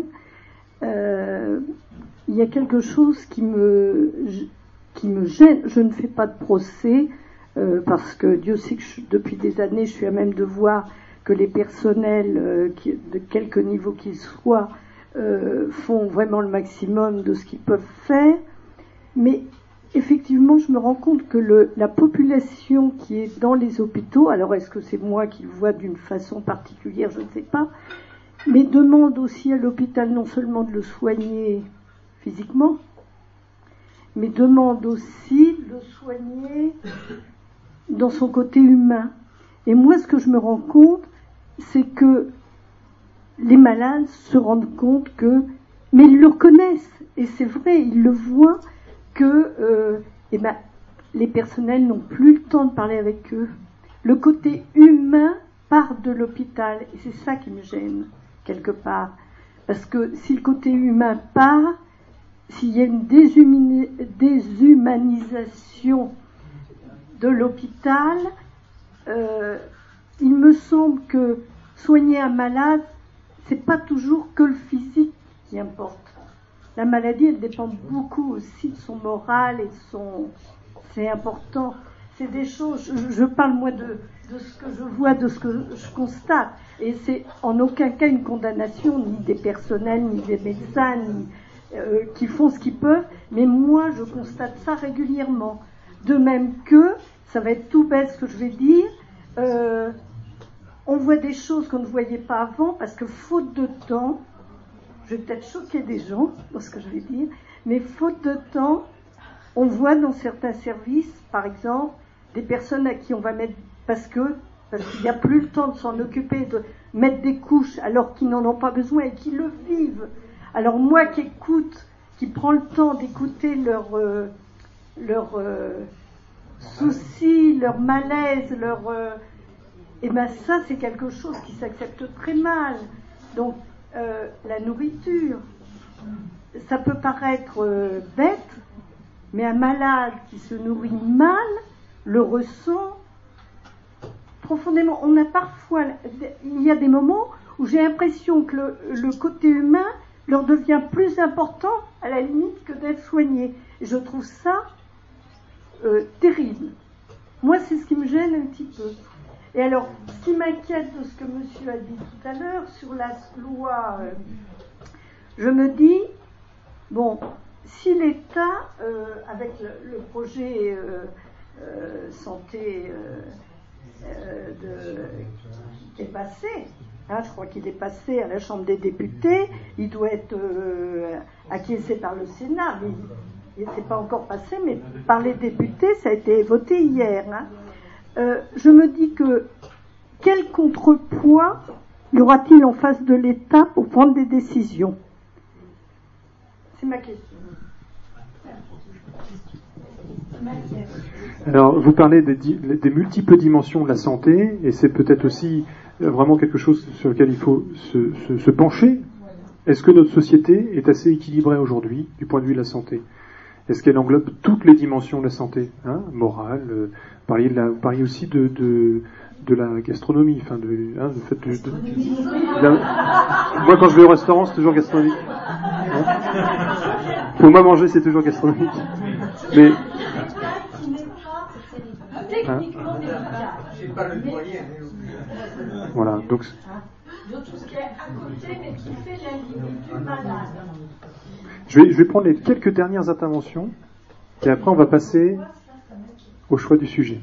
Il y a quelque chose qui me gêne. Je ne fais pas de procès, parce que Dieu sait que depuis des années, je suis à même de voir que les personnels, de quelque niveau qu'ils soient, font vraiment le maximum de ce qu'ils peuvent faire. Mais effectivement, je me rends compte que la population qui est dans les hôpitaux, alors est-ce que c'est moi qui le vois d'une façon particulière, je ne sais pas, mais demande aussi à l'hôpital non seulement de le soigner physiquement, mais demande aussi de le soigner dans son côté humain. Et moi, ce que je me rends compte, c'est que les malades se rendent compte mais ils le reconnaissent, et c'est vrai, ils le voient, que les personnels n'ont plus le temps de parler avec eux. Le côté humain part de l'hôpital, et c'est ça qui me gêne, quelque part. Parce que si le côté humain part, s'il y a une déshumanisation de l'hôpital, il me semble que soigner un malade, c'est pas toujours que le physique qui importe. La maladie, elle dépend beaucoup aussi de son moral et c'est important. C'est des choses, je parle moi de ce que je vois, de ce que je constate. Et c'est en aucun cas une condamnation, ni des personnels, ni des médecins, qui font ce qu'ils peuvent. Mais moi, je constate ça régulièrement. De même que, ça va être tout bête ce que je vais dire, on voit des choses qu'on ne voyait pas avant, parce que faute de temps, je vais peut-être choquer des gens dans ce que je vais dire, mais faute de temps, on voit dans certains services, par exemple, des personnes à qui on va mettre, parce qu'il n'y a plus le temps de s'en occuper, de mettre des couches alors qu'ils n'en ont pas besoin et qui le vivent. Alors moi qui écoute, qui prends le temps d'écouter leurs soucis, leur malaise, et bien ça c'est quelque chose qui s'accepte très mal. Donc la nourriture, ça peut paraître bête, mais un malade qui se nourrit mal le ressent profondément. Il y a des moments où j'ai l'impression que le côté humain leur devient plus important à la limite que d'être soigné. Et je trouve ça terrible. Moi, c'est ce qui me gêne un petit peu. Et alors, ce qui m'inquiète de ce que monsieur a dit tout à l'heure sur la loi, je me dis, bon, si l'État, avec le projet santé est passé, je crois qu'il est passé à la Chambre des députés, il doit être acquiescé par le Sénat, mais c'est pas encore passé, mais par les députés, ça a été voté hier. Je me dis que quel contrepoids y aura-t-il en face de l'État pour prendre des décisions? C'est ma question. Alors, vous parlez des multiples dimensions de la santé, et c'est peut-être aussi vraiment quelque chose sur lequel il faut se pencher. Est-ce que notre société est assez équilibrée aujourd'hui du point de vue de la santé? Est-ce qu'elle englobe toutes les dimensions de la santé, morale, vous parliez aussi de la gastronomie, le fait moi quand je vais au restaurant c'est toujours gastronomique. Pour moi manger c'est toujours gastronomique. Mais voilà, donc tout ce qui est à côté, mais qui fait l'individu malade. Je vais prendre les quelques dernières interventions, et après on va passer au choix du sujet.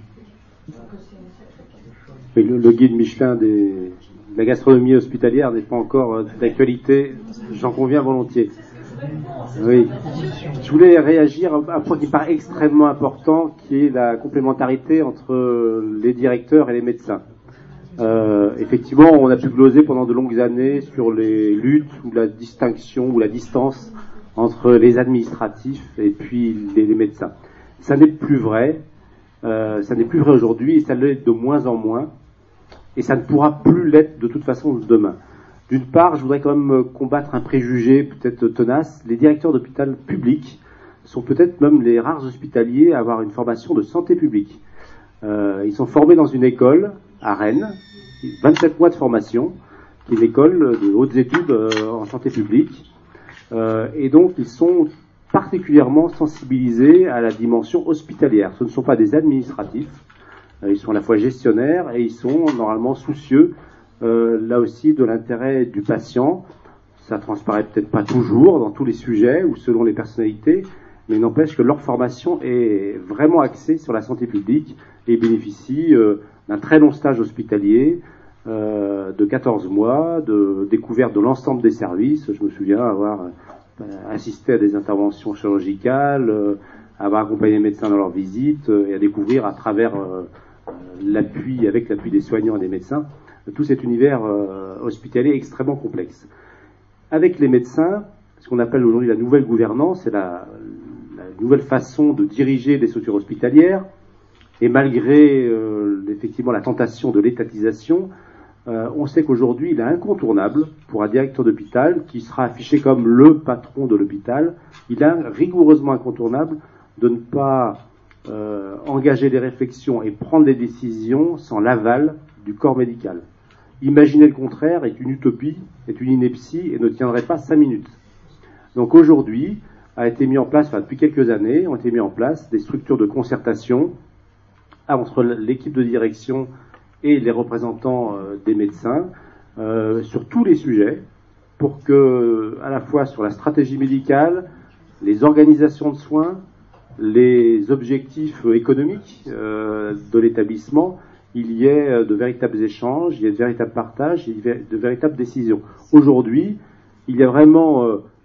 Oui, le guide Michelin de la gastronomie hospitalière n'est pas encore d'actualité, j'en conviens volontiers. Oui. Je voulais réagir à un point qui me paraît extrêmement important, qui est la complémentarité entre les directeurs et les médecins. Effectivement, on a pu gloser pendant de longues années sur les luttes ou la distinction ou la distance entre les administratifs et puis les médecins. Ça n'est plus vrai. Ça n'est plus vrai aujourd'hui et ça l'est de moins en moins. Et ça ne pourra plus l'être de toute façon demain. D'une part, je voudrais quand même combattre un préjugé peut-être tenace. Les directeurs d'hôpital public sont peut-être même les rares hospitaliers à avoir une formation de santé publique. Ils sont formés dans une école à Rennes, 27 mois de formation, qui est une école de hautes études en santé publique. Et donc, ils sont particulièrement sensibilisés à la dimension hospitalière. Ce ne sont pas des administratifs, ils sont à la fois gestionnaires et ils sont normalement soucieux, là aussi, de l'intérêt du patient. Ça transparaît peut-être pas toujours dans tous les sujets ou selon les personnalités, mais il n'empêche que leur formation est vraiment axée sur la santé publique et bénéficie d'un très long stage hospitalier de 14 mois, de découverte de l'ensemble des services. Je me souviens avoir assisté à des interventions chirurgicales, avoir accompagné les médecins dans leurs visites et à découvrir à travers avec l'appui des soignants et des médecins, tout cet univers hospitalier extrêmement complexe. Avec les médecins, ce qu'on appelle aujourd'hui la nouvelle gouvernance, c'est la nouvelle façon de diriger les structures hospitalières, et malgré effectivement la tentation de l'étatisation, on sait qu'aujourd'hui il est incontournable pour un directeur d'hôpital qui sera affiché comme le patron de l'hôpital, il est rigoureusement incontournable de ne pas engager des réflexions et prendre des décisions sans l'aval du corps médical. Imaginer le contraire est une utopie, est une ineptie et ne tiendrait pas 5 minutes. Donc aujourd'hui, depuis quelques années, ont été mis en place des structures de concertation entre l'équipe de direction et les représentants des médecins sur tous les sujets pour que, à la fois sur la stratégie médicale, les organisations de soins, les objectifs économiques de l'établissement, il y ait de véritables échanges, il y ait de véritables partages, il y ait de véritables décisions. Aujourd'hui, il y a vraiment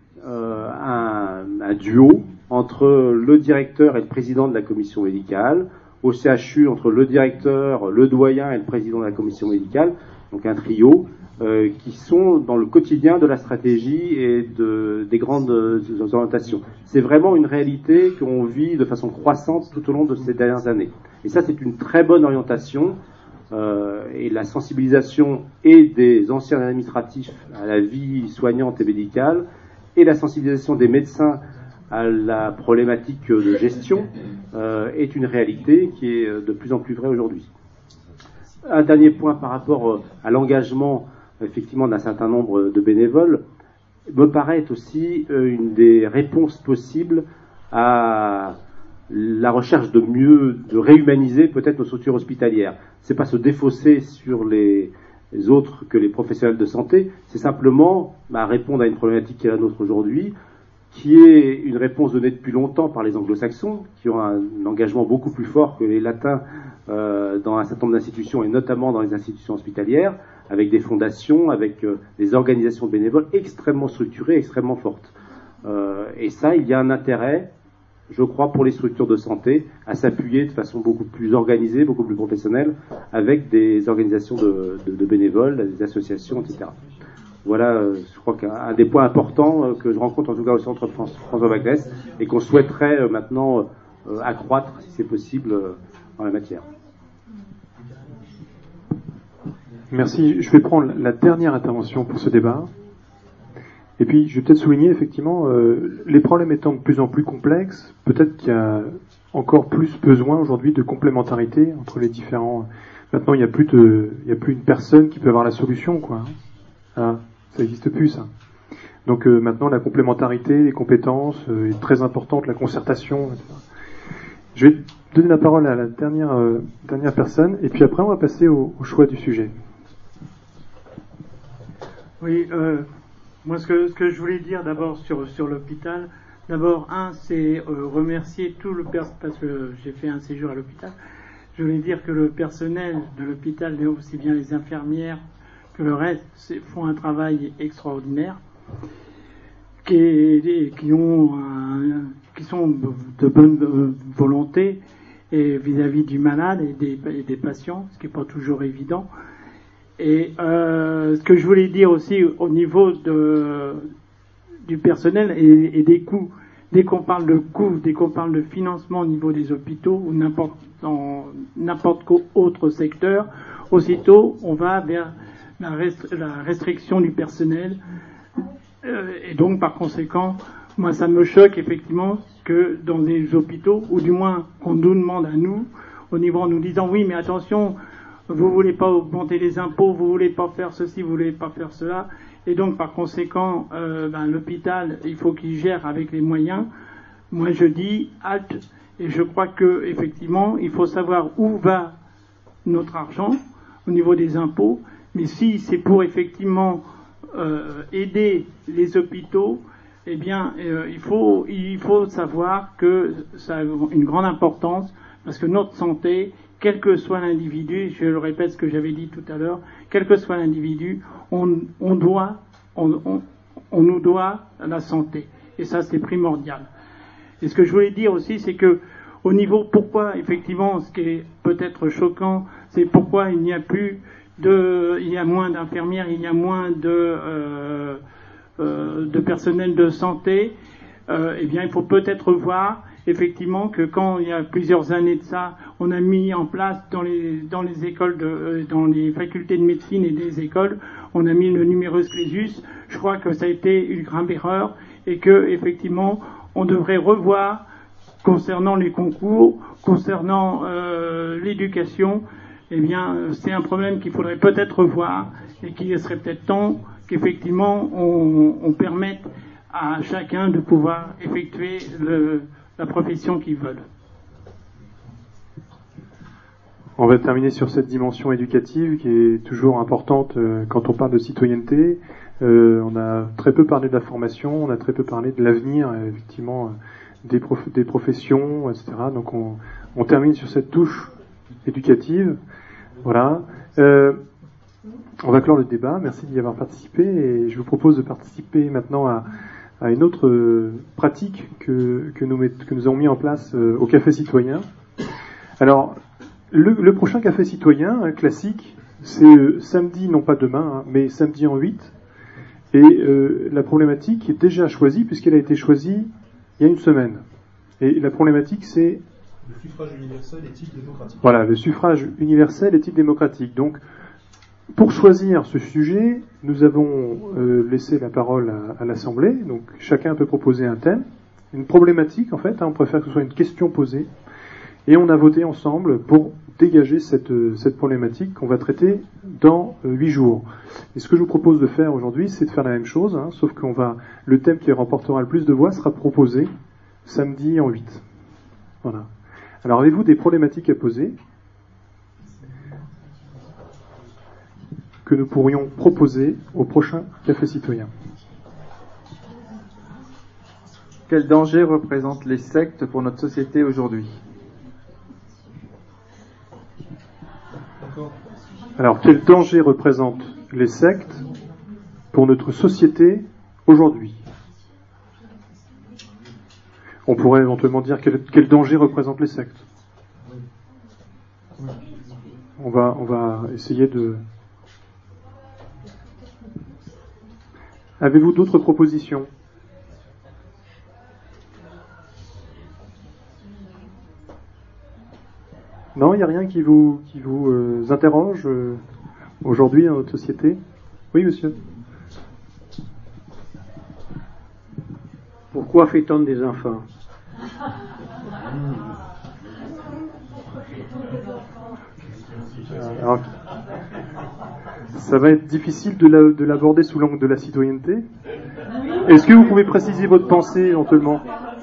un duo entre le directeur et le président de la commission médicale, au CHU entre le directeur, le doyen et le président de la commission médicale, donc un trio, qui sont dans le quotidien de la stratégie et des grandes orientations. C'est vraiment une réalité qu'on vit de façon croissante tout au long de ces dernières années. Et ça, c'est une très bonne orientation, et la sensibilisation et des anciens administratifs à la vie soignante et médicale, et la sensibilisation des médecins à la problématique de gestion est une réalité qui est de plus en plus vraie aujourd'hui. Un dernier point par rapport à l'engagement effectivement d'un certain nombre de bénévoles me paraît aussi une des réponses possibles à la recherche de réhumaniser peut-être nos structures hospitalières. C'est pas se défausser sur les autres que les professionnels de santé, c'est simplement répondre à une problématique qui est la nôtre aujourd'hui, qui est une réponse donnée depuis longtemps par les anglo-saxons, qui ont un engagement beaucoup plus fort que les latins dans un certain nombre d'institutions, et notamment dans les institutions hospitalières, avec des fondations, avec des organisations de bénévoles extrêmement structurées, extrêmement fortes. Et ça, il y a un intérêt je crois, pour les structures de santé, à s'appuyer de façon beaucoup plus organisée, beaucoup plus professionnelle, avec des organisations de bénévoles, des associations, etc. Voilà, je crois qu'un des points importants que je rencontre en tout cas au centre François Baclès et qu'on souhaiterait maintenant accroître, si c'est possible, en la matière. Merci. Je vais prendre la dernière intervention pour ce débat. Et puis, je vais peut-être souligner, effectivement, les problèmes étant de plus en plus complexes, peut-être qu'il y a encore plus besoin aujourd'hui de complémentarité entre les différents... Maintenant, il n'y a plus une personne qui peut avoir la solution, quoi. Hein, ça n'existe plus, ça. Donc maintenant, la complémentarité, les compétences est très importante, la concertation, etc. Je vais donner la parole à la dernière personne, et puis après, on va passer au choix du sujet. Oui, moi, ce que je voulais dire d'abord sur l'hôpital, d'abord, c'est remercier tout le personnel, parce que j'ai fait un séjour à l'hôpital. Je voulais dire que le personnel de l'hôpital, aussi bien les infirmières que le reste, font un travail extraordinaire, qui sont de bonne volonté et vis-à-vis du malade et des patients, ce qui n'est pas toujours évident. Et ce que je voulais dire aussi au niveau du personnel et des coûts, dès qu'on parle de coûts, dès qu'on parle de financement au niveau des hôpitaux ou dans n'importe quel autre secteur, aussitôt on va vers la restriction du personnel. Et donc par conséquent, moi ça me choque effectivement que dans les hôpitaux, ou du moins qu'on nous demande à nous, au niveau en nous disant oui mais attention, vous voulez pas augmenter les impôts, vous voulez pas faire ceci, vous voulez pas faire cela, et donc par conséquent l'hôpital il faut qu'il gère avec les moyens. Moi je dis halte, et je crois que effectivement il faut savoir où va notre argent au niveau des impôts, mais si c'est pour effectivement aider les hôpitaux, eh bien il faut savoir que ça a une grande importance, parce que notre santé, quel que soit l'individu, je le répète ce que j'avais dit tout à l'heure, quel que soit l'individu, on nous doit la santé. Et ça, c'est primordial. Et ce que je voulais dire aussi, c'est que au niveau, pourquoi, effectivement, ce qui est peut-être choquant, c'est pourquoi il y a moins d'infirmières, il y a moins de personnel de santé. Eh bien, il faut peut-être voir effectivement que quand il y a plusieurs années de ça, on a mis en place dans les écoles dans les facultés de médecine et des écoles, on a mis le numerus clausus. Je crois que ça a été une grave erreur et que effectivement on devrait revoir concernant les concours, concernant l'éducation. Eh bien, c'est un problème qu'il faudrait peut-être revoir et qu'il serait peut-être temps qu'effectivement on permette à chacun de pouvoir effectuer la profession qu'ils veulent. On va terminer sur cette dimension éducative qui est toujours importante quand on parle de citoyenneté. On a très peu parlé de la formation, on a très peu parlé de l'avenir, effectivement, des professions, etc. Donc on termine sur cette touche éducative. Voilà. On va clore le débat. Merci d'y avoir participé et je vous propose de participer maintenant à une autre pratique que nous avons mis en place au Café Citoyen. Alors, le prochain Café Citoyen classique, c'est samedi, non pas demain, mais samedi en 8. Et la problématique est déjà choisie, puisqu'elle a été choisie il y a une semaine. Et la problématique, c'est... Le suffrage universel et type démocratique. Voilà, le suffrage universel et type démocratique. Donc, pour choisir ce sujet, nous avons laissé la parole à l'Assemblée. Donc, chacun peut proposer un thème, une problématique en fait. On préfère que ce soit une question posée. Et on a voté ensemble pour dégager cette problématique qu'on va traiter dans 8 jours. Et ce que je vous propose de faire aujourd'hui, c'est de faire la même chose, sauf que le thème qui remportera le plus de voix sera proposé samedi en 8. Voilà. Alors, avez-vous des problématiques à poser que nous pourrions proposer au prochain Café Citoyen? Quel danger représentent les sectes pour notre société aujourd'hui? Alors, quel danger représentent les sectes pour notre société aujourd'hui? On pourrait éventuellement dire quel danger représentent les sectes. On va essayer de... Avez-vous d'autres propositions ? Non, il n'y a rien qui vous interroge aujourd'hui dans notre société ? Oui, monsieur. Pourquoi fait-on des enfants ? Alors, ça va être difficile de l'aborder sous l'angle de la citoyenneté. Est-ce que vous pouvez préciser votre pensée éventuellement ?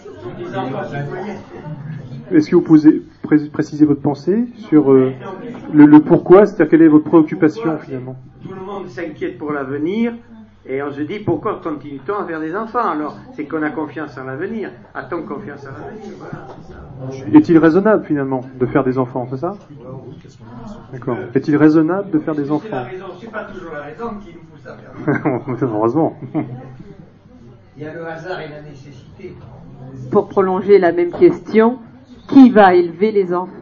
Est-ce que vous pouvez préciser votre pensée sur le pourquoi, c'est-à-dire quelle est votre préoccupation finalement ? Tout le monde s'inquiète pour l'avenir et on se dit pourquoi continue-t-on à faire des enfants ? Alors c'est qu'on a confiance en l'avenir. A-t-on confiance en l'avenir ? Voilà. Est-il raisonnable finalement de faire des enfants, c'est ça ? D'accord. Est-il raisonnable de faire des enfants ? C'est pas toujours la raison qui nous pousse à faire. Heureusement. Il y a le hasard et la nécessité. Pour prolonger la même question, qui va élever les enfants ?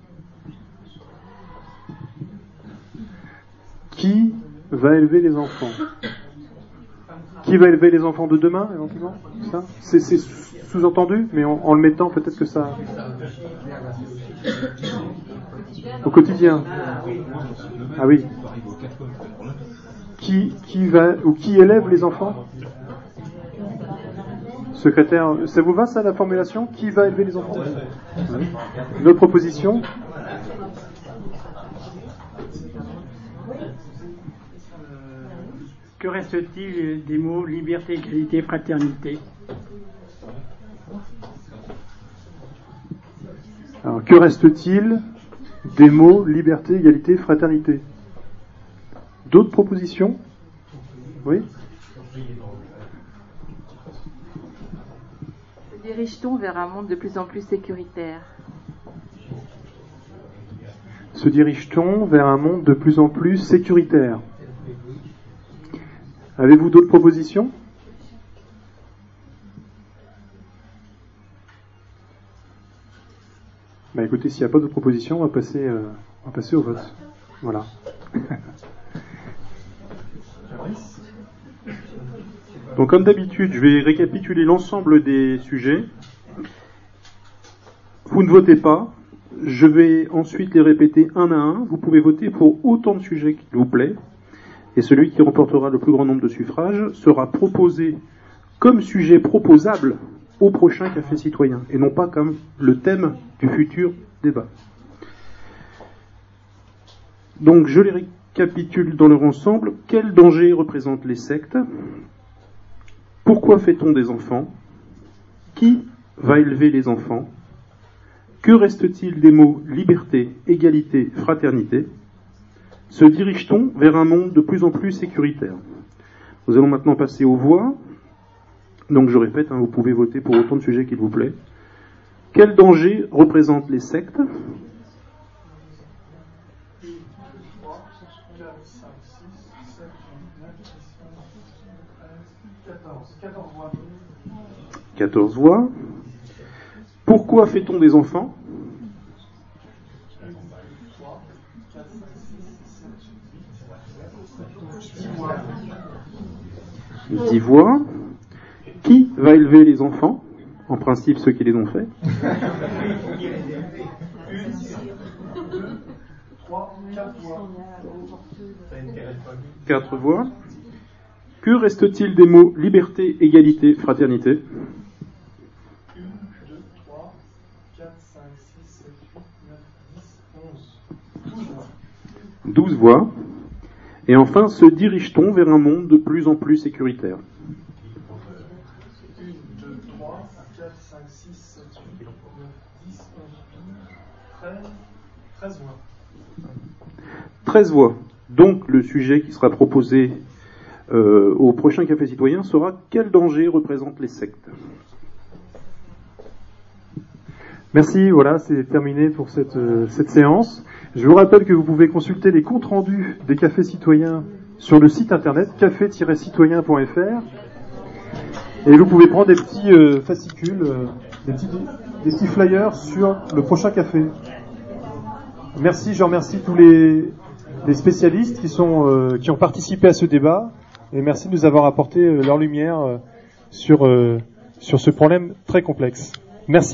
Qui va élever les enfants ? Qui va élever les enfants de demain, éventuellement ? Ça ? C'est sous-entendu, mais en le mettant, peut-être que ça... Au quotidien. Ah oui. Qui va ou qui élève les enfants ? Secrétaire, ça vous va ça la formulation ? Qui va élever les enfants ? Oui. Notre proposition ? Que reste-t-il des mots liberté, égalité, fraternité ? Alors, que reste-t-il des mots liberté, égalité, fraternité ? D'autres propositions ? Oui ? Se dirige-t-on vers un monde de plus en plus sécuritaire ? Se dirige-t-on vers un monde de plus en plus sécuritaire ? Avez-vous d'autres propositions ? Bah écoutez, s'il n'y a pas d'autres propositions, on va passer au vote. Voilà. Donc comme d'habitude, je vais récapituler l'ensemble des sujets. Vous ne votez pas. Je vais ensuite les répéter un à un. Vous pouvez voter pour autant de sujets qu'il vous plaît. Et celui qui remportera le plus grand nombre de suffrages sera proposé comme sujet proposable au prochain café citoyen, et non pas comme le thème du futur débat. Donc je les récapitule dans leur ensemble. Quel danger représentent les sectes ? Pourquoi fait-on des enfants ? Qui va élever les enfants ? Que reste-t-il des mots liberté, égalité, fraternité ? Se dirige-t-on vers un monde de plus en plus sécuritaire ? Nous allons maintenant passer aux voix. Donc je répète, vous pouvez voter pour autant de sujets qu'il vous plaît. Quel danger représentent les sectes ? 14 voix. Pourquoi fait-on des enfants ? 10 voix. Qui va élever les enfants ? En principe, ceux qui les ont faits. 4 voix. Que reste-t-il des mots liberté, égalité, fraternité ? 12 voix. Et enfin, se dirige-t-on vers un monde de plus en plus sécuritaire ? 13 voix. Donc, le sujet qui sera proposé au prochain Café Citoyen sera « Quel danger représentent les sectes ?» Merci, voilà, c'est terminé pour cette séance. Je vous rappelle que vous pouvez consulter les comptes rendus des Cafés Citoyens sur le site internet café-citoyen.fr Et vous pouvez prendre des petits fascicules, des petits flyers sur le prochain café. Merci, je remercie tous les spécialistes qui ont participé à ce débat, et merci de nous avoir apporté leur lumière sur ce problème très complexe. Merci.